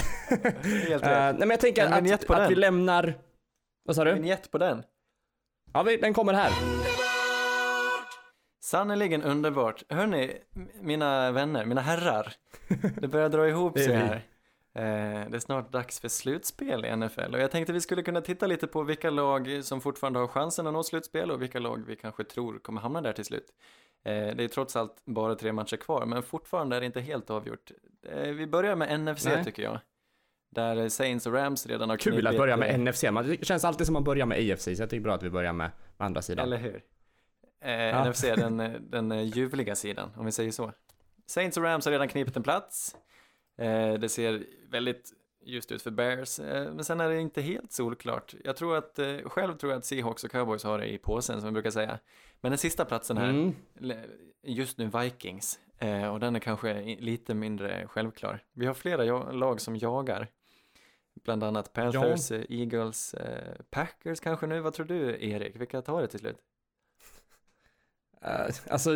[SPEAKER 3] Helt rätt.
[SPEAKER 2] Nej, men jag tänker att vi lämnar... Vad sa du?
[SPEAKER 3] En jet på den.
[SPEAKER 2] Ja, den kommer här.
[SPEAKER 3] Sannerligen underbart. Hörni, mina vänner, mina herrar. Det börjar dra ihop sig här. Det är snart dags för slutspel i NFL. Och jag tänkte vi skulle kunna titta lite på vilka lag som fortfarande har chansen att nå slutspel och vilka lag vi kanske tror kommer hamna där till slut. Det är trots allt bara 3 matcher kvar, men fortfarande är det inte helt avgjort. Vi börjar med NFC tycker jag. Där Saints och Rams redan har knipit.
[SPEAKER 2] Kul att börja med NFC. Det känns alltid som att man börjar med AFC, så jag tycker bra att vi börjar med andra sidan.
[SPEAKER 3] Eller hur? NFC är den ljuvliga sidan, om vi säger så. Saints och Rams har redan knipit en plats. Det ser väldigt just ut för Bears, men sen är det inte helt solklart. Själv tror jag att Seahawks och Cowboys har det i påsen, som vi brukar säga. Men den sista platsen här, just nu Vikings, och den är kanske lite mindre självklar. Vi har flera lag som jagar, bland annat Panthers, Eagles, Packers kanske nu. Vad tror du, Erik? Vilka tar det till slut?
[SPEAKER 2] Alltså,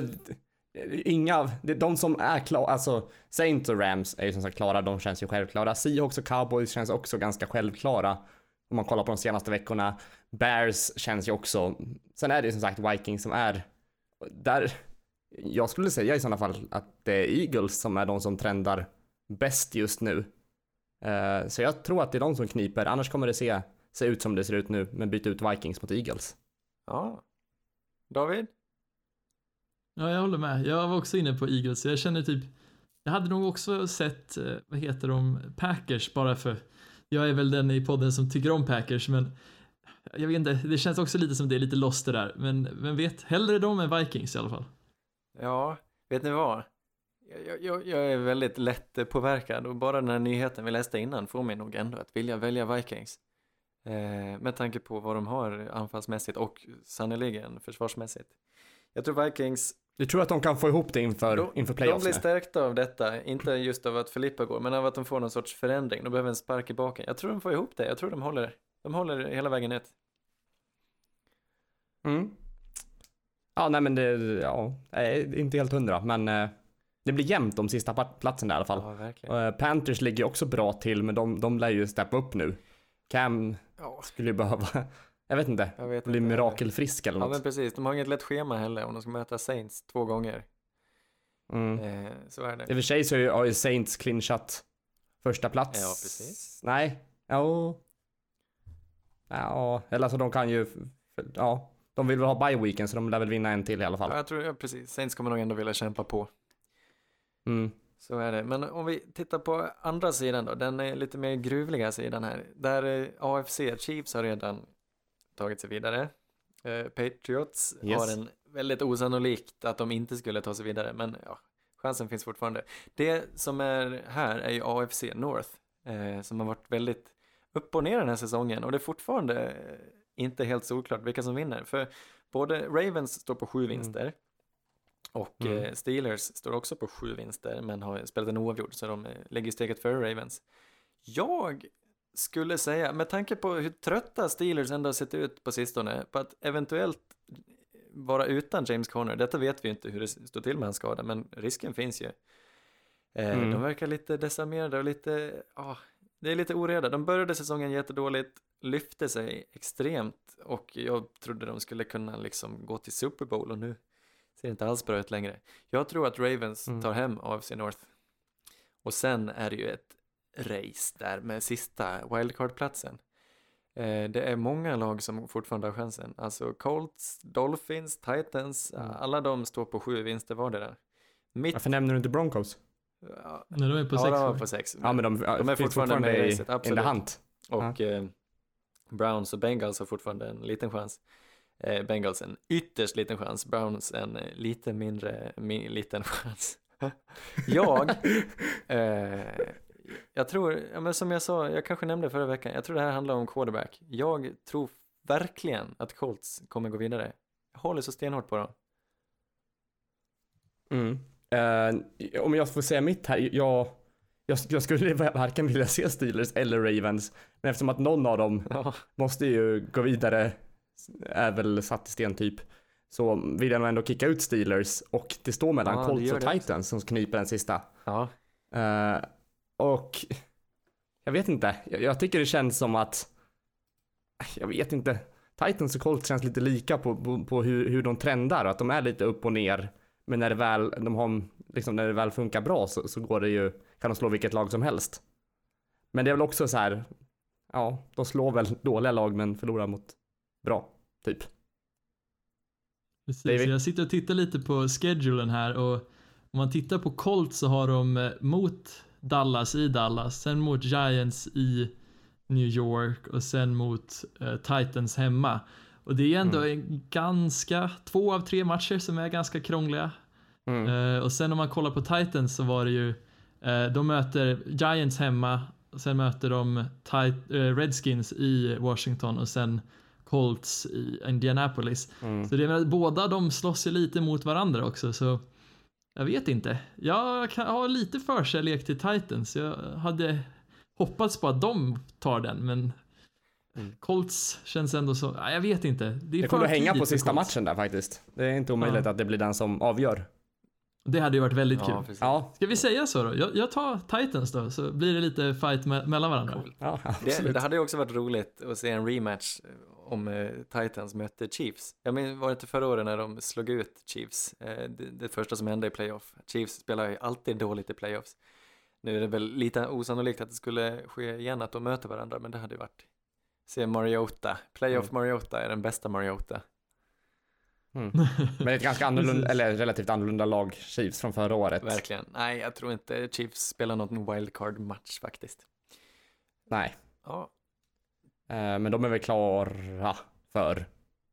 [SPEAKER 2] de som är klara, alltså Saints och Rams är ju som sagt klara, de känns ju självklara. Seahawks och Cowboys känns också ganska självklara om man kollar på de senaste veckorna. Bears känns ju också. Sen är det som sagt Vikings som är där. Jag skulle säga i sådana fall att det är Eagles som är de som trendar bäst just nu. Så jag tror att det är de som kniper, annars kommer det se ut som det ser ut nu, men byta ut Vikings mot Eagles.
[SPEAKER 3] Ja. David?
[SPEAKER 4] Ja, jag håller med. Jag var också inne på Eagles. Jag känner typ, jag hade nog också sett, vad heter de, Packers, bara för jag är väl den i podden som tycker om Packers, men jag vet inte, det känns också lite som det är lite lost det där, men vem vet, hellre de än Vikings i alla fall.
[SPEAKER 3] Ja, vet ni vad? Jag är väldigt lätt påverkad, och bara den här nyheten vi läste innan får mig nog ändå att vilja välja Vikings. Med tanke på vad de har anfallsmässigt och sannoliken försvarsmässigt. Jag tror Vikings...
[SPEAKER 2] Du tror att de kan få ihop det inför playoffs?
[SPEAKER 3] De blir stärkta av detta, inte just av att Filippa går, men av att de får någon sorts förändring. De behöver en spark i baken. Jag tror de får ihop det. Jag tror de håller hela vägen ut.
[SPEAKER 2] Ja, nej men det är inte helt 100, men det blir jämnt de sista platsen där i alla fall.
[SPEAKER 3] Ja, verkligen.
[SPEAKER 2] Panthers ligger också bra till, men de lär ju steppa upp nu. Cam skulle ju behöva, jag vet inte, bli mirakelfrisk eller något.
[SPEAKER 3] Ja, men precis. De har inget lätt schema heller om de ska möta Saints 2 gånger. Så är det.
[SPEAKER 2] I och för sig så har ju Saints clinchat första plats.
[SPEAKER 3] Ja, precis.
[SPEAKER 2] Nej, ja, eller alltså de kan ju, de vill väl ha bye weekend, så de lär väl vinna en till i alla fall.
[SPEAKER 3] Ja, jag tror, precis. Saints kommer nog ändå vilja kämpa på. Så är det. Men om vi tittar på andra sidan då, den är lite mer gruvliga sidan här. Där AFC, Chiefs har redan tagit sig vidare. Patriots har en väldigt osannolikt att de inte skulle ta sig vidare, men ja, chansen finns fortfarande. Det som är här är ju AFC North, som har varit väldigt upp och ner den här säsongen, och det är fortfarande inte helt solklart vilka som vinner. För både Ravens står på 7 vinster och Steelers står också på 7 vinster, men har spelat en oavgjord, så de lägger steget före Ravens. Jag skulle säga, med tanke på hur trötta Steelers ändå har sett ut på sistone, på att eventuellt vara utan James Conner, detta vet vi inte hur det står till med hans skada, men risken finns ju. De verkar lite desarmerade och lite, det är lite oreda. De började säsongen jättedåligt, lyfte sig extremt, och jag trodde de skulle kunna liksom gå till Super Bowl, och nu ser det inte alls bra ut längre. Jag tror att Ravens tar hem AFC North. Och sen är det ju ett race där med sista wildcard-platsen. Det är många lag som fortfarande har chansen. Alltså Colts, Dolphins, Titans, alla de står på 7 vinster vardera.
[SPEAKER 2] Varför nämner du inte Broncos?
[SPEAKER 4] Ja, de är på 6.
[SPEAKER 3] Ja, de är på 6.
[SPEAKER 2] Ja, men de är fortfarande med i racet, absolut. In the hunt.
[SPEAKER 3] Och Browns och Bengals har fortfarande en liten chans. Bengals en ytterst liten chans. Browns en lite mindre liten chans. Jag tror, men som jag sa, jag kanske nämnde förra veckan, jag tror det här handlar om quarterback. Jag tror verkligen att Colts kommer gå vidare. Jag håller så stenhårt på dem.
[SPEAKER 2] Om jag får säga mitt här, jag skulle varken vilja se Steelers eller Ravens, men eftersom att någon av dem måste ju gå vidare, är väl satt i sten typ, så vill jag nog ändå kicka ut Steelers, och det står mellan Colts och Titans som kniper den sista. Och jag vet inte, jag tycker det känns som att, jag vet inte, Titans och Colts känns lite lika på hur de trendar, att de är lite upp och ner. Men när det väl funkar bra så går det ju, kan de slå vilket lag som helst. Men det är väl också så här, ja, de slår väl dåliga lag men förlorar mot bra, typ.
[SPEAKER 4] Precis, jag sitter och tittar lite på schedulen här, och om man tittar på Colts så har de mot Dallas i Dallas, sen mot Giants i New York och sen mot Titans hemma. Och det är ändå ganska 2 av 3 matcher som är ganska krångliga. Och sen om man kollar på Titans så var det ju de möter Giants hemma, och sen möter de Redskins i Washington och sen Colts i Indianapolis. Så det är båda de slåss ju lite mot varandra också, så jag vet inte. Jag har lite förkärlek till Titans. Jag hade hoppats på att de tar den, men Colts känns ändå så, jag vet inte.
[SPEAKER 2] Det kommer att hänga på sista matchen där faktiskt. Det är inte omöjligt att det blir den som avgör.
[SPEAKER 4] Det hade ju varit väldigt kul.
[SPEAKER 2] Ja.
[SPEAKER 4] Ska vi säga så då? Jag tar Titans då, så blir det lite fight mellan varandra.
[SPEAKER 3] Cool.
[SPEAKER 2] Ja,
[SPEAKER 3] det hade ju också varit roligt att se en rematch om Titans mötte Chiefs. Jag minns, var det inte förra året när de slog ut Chiefs? Det första som hände i playoff. Chiefs spelar ju alltid dåligt i playoffs. Nu är det väl lite osannolikt att det skulle ske igen att de möter varandra, men det hade ju varit. Se Mariota. Playoff Mariota är den bästa Mariota.
[SPEAKER 2] Men ett ganska annorlunda, eller relativt annorlunda lag, Chiefs från förra året.
[SPEAKER 3] Verkligen. Nej, jag tror inte Chiefs spelar någon wildcard-match faktiskt.
[SPEAKER 2] Nej.
[SPEAKER 3] Ja.
[SPEAKER 2] Men de är väl klara för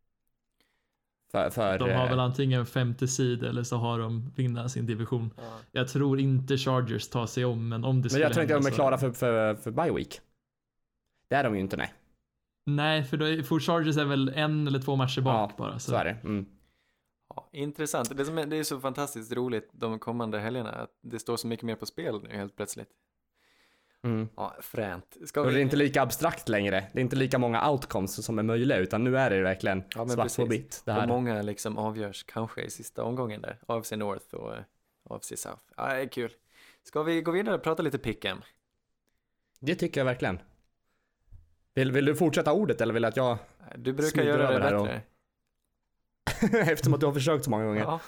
[SPEAKER 4] de har väl antingen 5:e seed eller så har de vinna sin division. Ja. Jag tror inte Chargers tar sig om, men om det skulle.
[SPEAKER 2] Men jag tror inte de är klara för bye week. Det är de ju inte, nej.
[SPEAKER 4] Nej, för Chargers är väl 1 eller 2 matcher bak bara.
[SPEAKER 2] Så är det.
[SPEAKER 3] Ja, intressant. Det är så fantastiskt roligt de kommande helgerna att det står så mycket mer på spel nu helt plötsligt. Ja, fränt.
[SPEAKER 2] Det är inte lika abstrakt längre. Det är inte lika många outcomes som är möjliga, utan nu är det verkligen svart på vitt.
[SPEAKER 3] Och många liksom avgörs kanske i sista omgången där. AFC North och AFC South. Ja, det är kul. Ska vi gå vidare och prata lite pick'em?
[SPEAKER 2] Det tycker jag verkligen. Vill du fortsätta ordet eller vill att jag...
[SPEAKER 3] Du brukar göra det bättre.
[SPEAKER 2] Eftersom att du har försökt så många gånger.
[SPEAKER 3] Ja.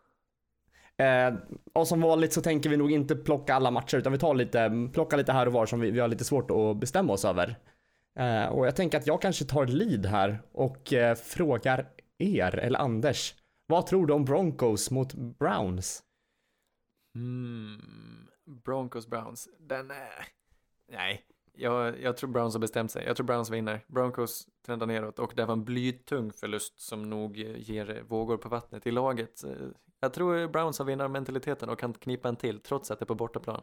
[SPEAKER 2] Och som vanligt så tänker vi nog inte plocka alla matcher, utan vi plockar lite här och var som vi har lite svårt att bestämma oss över. Och jag tänker att jag kanske tar lead här och frågar er, eller Anders, vad tror du om Broncos mot Browns?
[SPEAKER 3] Browns. Nej. Jag tror Browns har bestämt sig. Jag tror Browns vinner. Broncos trendar neråt och det var en blytung förlust som nog ger vågor på vattnet i laget. Jag tror Browns har vinnarmentaliteten och kan knipa en till trots att det är på bortaplan.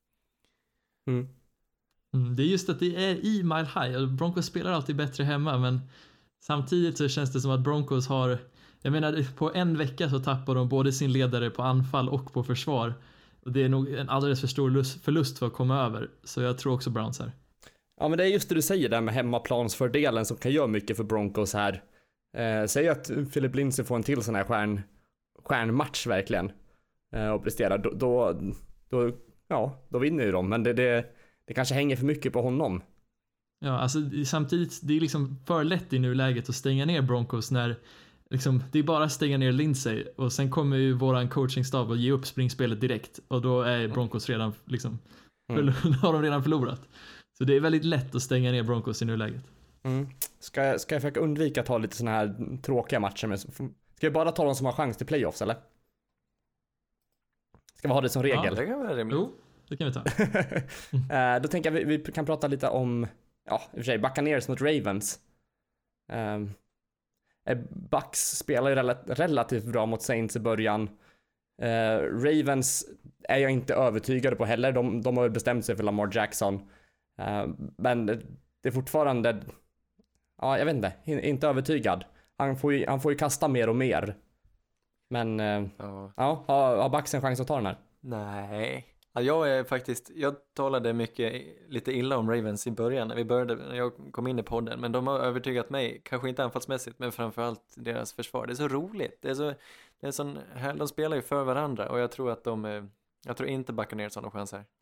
[SPEAKER 4] Det är just att det är i Mile High och Broncos spelar alltid bättre hemma, men samtidigt så känns det som att Broncos har, jag menar, på en vecka så tappar de både sin ledare på anfall och på försvar. Och det är nog en alldeles för stor förlust för att komma över. Så jag tror också Browns här.
[SPEAKER 2] Ja, men det är just det du säger där med hemmaplansfördelen som kan göra mycket för Broncos här. Säg att Philip Lindsay får en till sån här stjärnmatch verkligen och presterar. Då vinner ju de. Men det kanske hänger för mycket på honom.
[SPEAKER 4] Ja, alltså samtidigt, det är liksom för lätt i nuläget att stänga ner Broncos när liksom, det är bara att stänga ner Lindsay och sen kommer ju våran coachingstab att ge upp springspelet direkt och då är Broncos redan liksom har de redan förlorat. Så det är väldigt lätt att stänga ner Broncos i nuläget.
[SPEAKER 2] Ska jag försöka undvika att ta lite såna här tråkiga matcher med, ska vi bara ta de som har chans till playoffs eller? Ska vi ha det som regel?
[SPEAKER 3] Ja, det kan vara rimligt.
[SPEAKER 4] Jo, det kan vi ta.
[SPEAKER 2] Då tänker jag vi kan prata lite om i och för sig Buccaneers mot Ravens. Bucks spelar ju relativt bra mot Saints i början. Ravens är jag inte övertygad på heller. De har bestämt sig för Lamar Jackson. Men det är fortfarande, jag vet inte övertygad. Han får ju kasta mer och mer. Men har Bucks en chans att ta den här?
[SPEAKER 3] Nej. Jag talade lite illa om Ravens i början när jag kom in i podden, men de har övertygat mig, kanske inte anfallsmässigt men framförallt deras försvar. Det är så roligt. De spelar ju för varandra och jag tror att jag tror inte Buccaneers har någon chans här.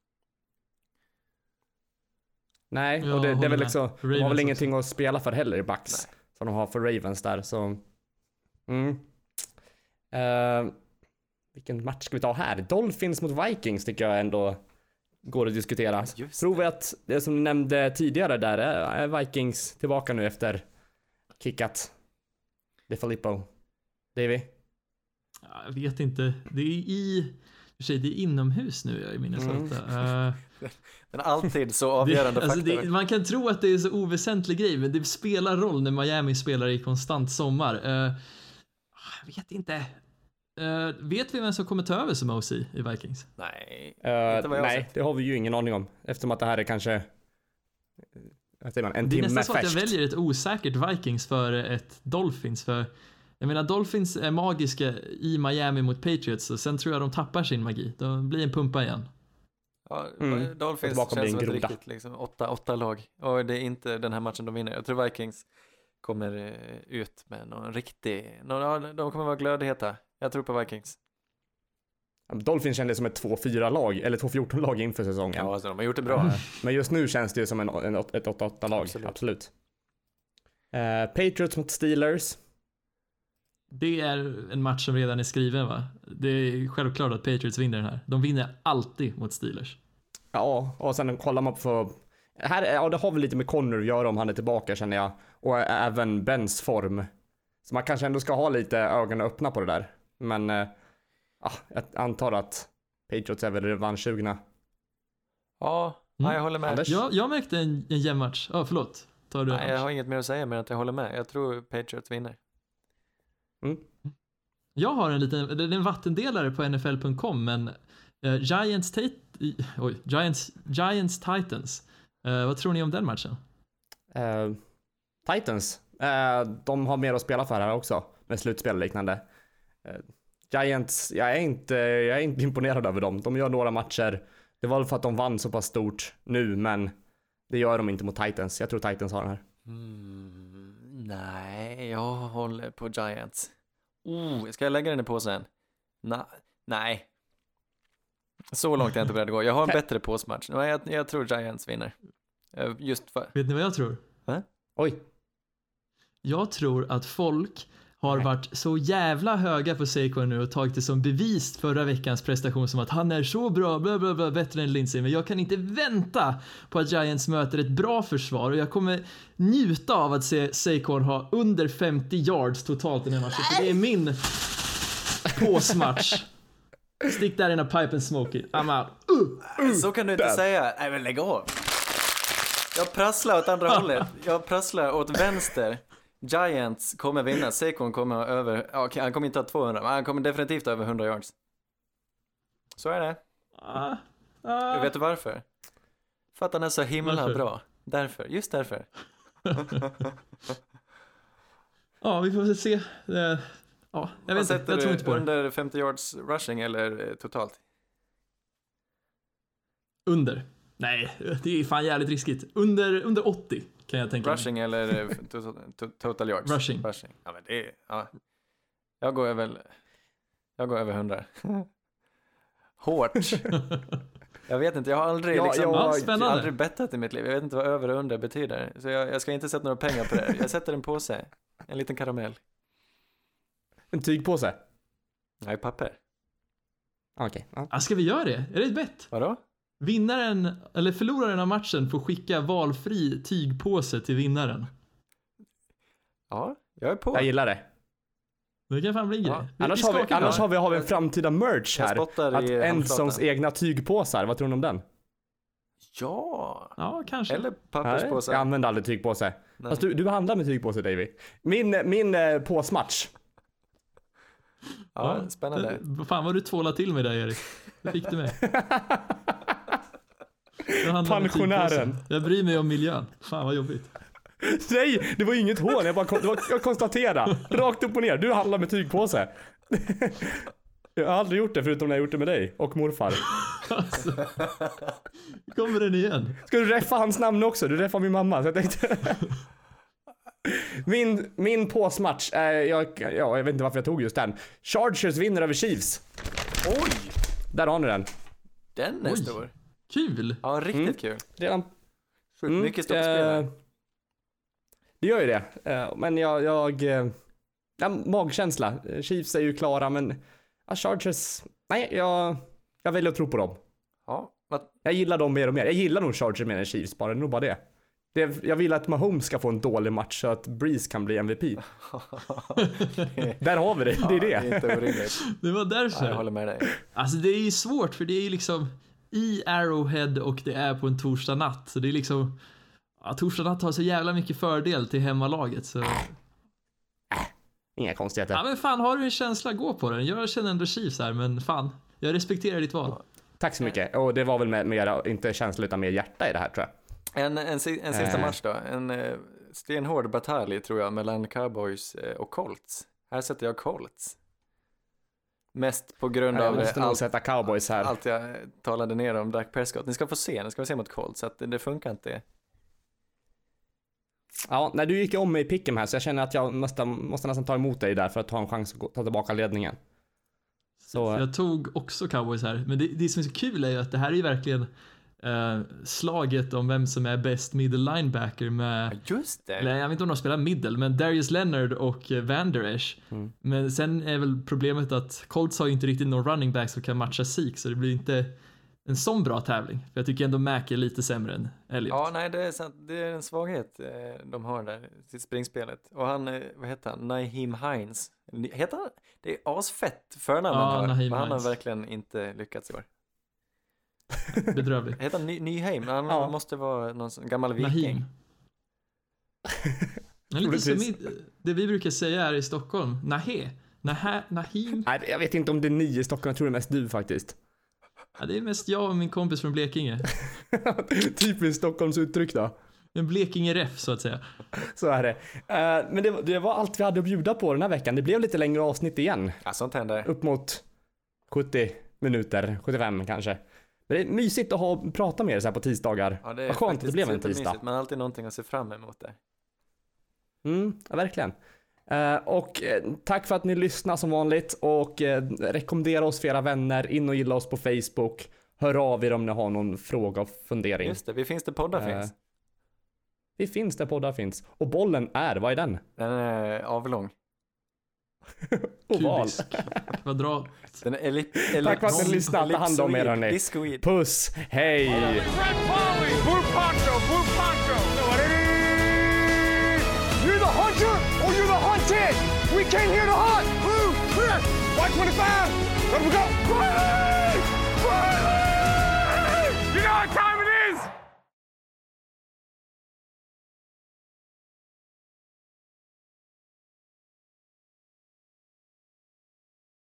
[SPEAKER 3] Nej,
[SPEAKER 2] och det är väl liksom, de har väl ingenting att spela för heller i Bucks. vad de har för Ravens där. Så, vilken match ska vi ta här? Dolphins mot Vikings tycker jag ändå går att diskutera. Tror vi att det som du nämnde tidigare där är Vikings tillbaka nu efter kickat DeFilippo? Davy?
[SPEAKER 4] Jag vet inte. Det är inomhus nu i Minnesota.
[SPEAKER 3] Men alltid så avgörande faktor.
[SPEAKER 4] Man kan tro att det är så oväsentlig grej, men det spelar roll när Miami spelar i konstant sommar. Jag vet inte. Vet vi vem som kommer ta över som OC i Vikings?
[SPEAKER 3] Nej.
[SPEAKER 2] Nej, det har vi ju ingen aning om. Eftersom att det här är kanske en timme färskt.
[SPEAKER 4] Det är nästan så att jag väljer ett osäkert Vikings för ett Dolphins. För jag menar, Dolphins är magiska i Miami mot Patriots, och sen tror jag de tappar sin magi. De blir en pumpa igen.
[SPEAKER 3] Ja, Dolphins känns som ett riktigt liksom, 8 lag. Och det är inte den här matchen de vinner. Jag tror Vikings kommer ut med någon riktig... de kommer vara glödheta. Jag tror på Vikings.
[SPEAKER 2] Dolphins kändes som ett 2-4-lag, eller 2-14-lag inför säsongen.
[SPEAKER 3] Ja, alltså, de har gjort det bra.
[SPEAKER 2] Men just nu känns det ju som ett 8-8-lag. Absolut. Patriots mot Steelers.
[SPEAKER 4] Det är en match som redan är skriven, va? Det är självklart att Patriots vinner den här. De vinner alltid mot Steelers.
[SPEAKER 2] Ja, och sen kollar man på... Här, det har väl lite med Connor att göra om han är tillbaka, känner jag. Och även Bens form. Så man kanske ändå ska ha lite ögonen öppna på det där. Men jag antar att Patriots är väl revanschsugna.
[SPEAKER 3] Ja, jag håller med.
[SPEAKER 2] Anders?
[SPEAKER 4] Jag märkte en jämn match. Förlåt. Tar du
[SPEAKER 3] Nej, jag har inget mer att säga, men att jag håller med. Jag tror Patriots vinner.
[SPEAKER 4] Jag har en vattendelare på NFL.com, men Giants Titans. Vad tror ni om den matchen?
[SPEAKER 2] Titans. De har mer att spela för här också, med slutspel och liknande. Giants, jag är inte imponerad över dem. De gör några matcher. Det var väl för att de vann så pass stort nu, men det gör de inte mot Titans. Jag tror Titans har den här.
[SPEAKER 3] Nej, jag håller på Giants. Ska jag lägga den i påsen? Nej. Så långt är jag inte beredd att gå. Jag har en bättre påsmatch. Jag tror Giants vinner. Just för...
[SPEAKER 4] Vet ni vad jag tror?
[SPEAKER 2] Oj.
[SPEAKER 4] Jag tror att folk har varit så jävla höga på Saquon nu och tagit det som bevis förra veckans prestation, som att han är så bra, bla bla bla, bättre än Lindsey. Men jag kan inte vänta på att Giants möter ett bra försvar, och jag kommer njuta av att se Saquon ha under 50 yards totalt i den här matchen. För det är min påsmatch. Stick där in a pipe and smoke it. I'm out.
[SPEAKER 3] Så kan du inte säga. Nej, men lägg av. Jag prasslar åt andra hållet. Jag prasslar åt vänster. Giants kommer vinna. Saquon kommer över... Okej, han kommer inte ha 200, men han kommer definitivt över 100 yards. Så är det. Vet du varför? För att han är så himla bra. Därför. Just därför.
[SPEAKER 4] Ja, vi får väl se. Jag vet inte. Jag tror inte på det.
[SPEAKER 3] Under 50 yards rushing eller totalt?
[SPEAKER 4] Under. Nej, det är fan jävligt riskigt. Under 80 kan jag tänka mig.
[SPEAKER 3] Rushing eller total yards?
[SPEAKER 4] Rushing.
[SPEAKER 3] Ja, men det är... Ja. Jag går över 100. Hårt. Jag vet inte, jag har aldrig bettat i mitt liv. Jag vet inte vad över och under betyder. Så jag ska inte sätta några pengar på det. Jag sätter en påse. En liten karamell.
[SPEAKER 2] En tygpåse?
[SPEAKER 3] Nej, papper.
[SPEAKER 2] Okej.
[SPEAKER 4] Ska vi göra det? Är det ett bett?
[SPEAKER 3] Vadå?
[SPEAKER 4] Vinnaren, eller förloraren av matchen, får skicka valfri tygpåse till vinnaren.
[SPEAKER 3] Ja, jag är på.
[SPEAKER 2] Jag gillar det.
[SPEAKER 4] Det kan fan bli grej.
[SPEAKER 2] Annars har vi en framtida merch här. Att Ensons egna tygpåsar. Vad tror ni om den?
[SPEAKER 3] Ja,
[SPEAKER 4] kanske.
[SPEAKER 3] Eller papperspåse.
[SPEAKER 2] Jag använder aldrig tygpåse. Fast du handlar med tygpåse, Davy. Min påsmatch.
[SPEAKER 3] Ja, spännande.
[SPEAKER 4] Fan vad du tvålar till med där, Erik. Det fick du med.
[SPEAKER 2] Pensionären.
[SPEAKER 4] Jag bryr mig om miljön. Fan vad jobbigt.
[SPEAKER 2] Nej, det var inget hån. Jag konstaterar. Rakt upp och ner. Du handlar med tygpåse. Jag har aldrig gjort det förutom när jag gjort det med dig och morfar.
[SPEAKER 4] Alltså, kommer den igen?
[SPEAKER 2] Ska du reffa hans namn också? Du reffar min mamma. Så jag tänkte... Min påsmatch, jag vet inte varför jag tog just den. Chargers vinner över Chiefs.
[SPEAKER 3] Oj!
[SPEAKER 2] Där har ni den.
[SPEAKER 3] Den är stor.
[SPEAKER 4] Kul.
[SPEAKER 3] Ja, riktigt kul.
[SPEAKER 2] Redan.
[SPEAKER 3] Mycket stoppspel.
[SPEAKER 2] Det gör ju det. Men jag magkänsla. Chiefs är ju klara, men Chargers, nej, jag väljer att tro på dem.
[SPEAKER 3] Ja.
[SPEAKER 2] Jag gillar dem mer och mer. Jag gillar nog Chargers mer än Chiefs, bara. Det är nog bara det. Jag vill att Mahomes ska få en dålig match så att Breeze kan bli MVP. Där har vi det. Det är det.
[SPEAKER 3] Det är inte orimligt.
[SPEAKER 4] Det var därför.
[SPEAKER 3] Ja, jag håller med dig.
[SPEAKER 4] Alltså det är ju svårt, för det är ju liksom i Arrowhead och det är på en torsdag natt. Så det är liksom, torsdag natt har så jävla mycket fördel till hemmalaget. Så...
[SPEAKER 2] Inga konstigheter.
[SPEAKER 4] Ja, men fan, har du en känsla, gå på den. Jag känner ändå Chiefs här, men fan, jag respekterar ditt val.
[SPEAKER 2] Tack så mycket. Och det var väl mer, inte känsla utan mer hjärta i det här, tror jag.
[SPEAKER 3] En sista match då. En stenhård batalj, tror jag, mellan Cowboys och Colts. Här sätter jag Colts. Mest på grund av
[SPEAKER 2] jag måste nog sätta Cowboys här.
[SPEAKER 3] Allt jag talade ner om Dak Prescott. Ni ska få se mot Colts, så att det funkar inte.
[SPEAKER 2] Ja, när du gick om mig i picken här, så jag känner att jag måste nästan ta emot dig där för att ha en chans att ta tillbaka ledningen. Så
[SPEAKER 4] jag tog också Cowboys här, men det som är så kul är ju att det här är ju verkligen slaget om vem som är bäst middle linebacker med,
[SPEAKER 3] just det.
[SPEAKER 4] Eller, jag vet inte om de spelar middle, men Darius Leonard och Van Der Esch. Men sen är väl problemet att Colts har ju inte riktigt någon running back som kan matcha Zeke, så det blir inte en sån bra tävling. För jag tycker ändå Mac är lite sämre än Elliott.
[SPEAKER 3] Ja, nej, det är sant. Det är en svaghet de har där, sitt springspelet. Och han, vad heter han? Naheem Hines. Heter han? Det är asfett förnamn.
[SPEAKER 4] Ja, Naheem
[SPEAKER 3] han har
[SPEAKER 4] Hines.
[SPEAKER 3] verkligen inte lyckats i år.
[SPEAKER 4] Bedrövlig.
[SPEAKER 3] Heter han Nyheim? Han måste vara någon gammal viking.
[SPEAKER 4] Naheem. Lite som det vi brukar säga här i Stockholm. Naheem.
[SPEAKER 2] Nej, jag vet inte om det är ni i Stockholm, jag tror det är mest du faktiskt.
[SPEAKER 4] Ja, det är mest jag och min kompis från Blekinge.
[SPEAKER 2] Typiskt Stockholms uttryck då.
[SPEAKER 4] En Blekinge-ref, så att säga.
[SPEAKER 2] Så är det. Men det var allt vi hade att bjuda på den här veckan. Det blev lite längre avsnitt igen.
[SPEAKER 3] Ja, sånt händer.
[SPEAKER 2] Upp mot 70 minuter, 75 kanske. Men det är mysigt att prata med er så här på tisdagar.
[SPEAKER 3] Ja, det är
[SPEAKER 2] vad skönt det blev en tisdag.
[SPEAKER 3] Man har alltid någonting att se fram emot där.
[SPEAKER 2] Ja, verkligen. Och tack för att ni lyssnar som vanligt. Och rekommendera oss för era vänner. In och gilla oss på Facebook. Hör av er om ni har någon fråga och fundering.
[SPEAKER 3] Just det, vi finns där poddar finns.
[SPEAKER 2] Vi finns där poddar finns. Och bollen vad är den?
[SPEAKER 3] Den är avlång.
[SPEAKER 2] Oval.
[SPEAKER 4] Kvadrat.
[SPEAKER 3] Den är
[SPEAKER 2] Tack för att ni lyssnade. Ta hand om er, hörni. Puss, hej!
[SPEAKER 1] Red Polly, blue poncho, blue poncho. You're the hunter or you're the hunted. We came here to hunt. Blue, clear. White 25. Let we go.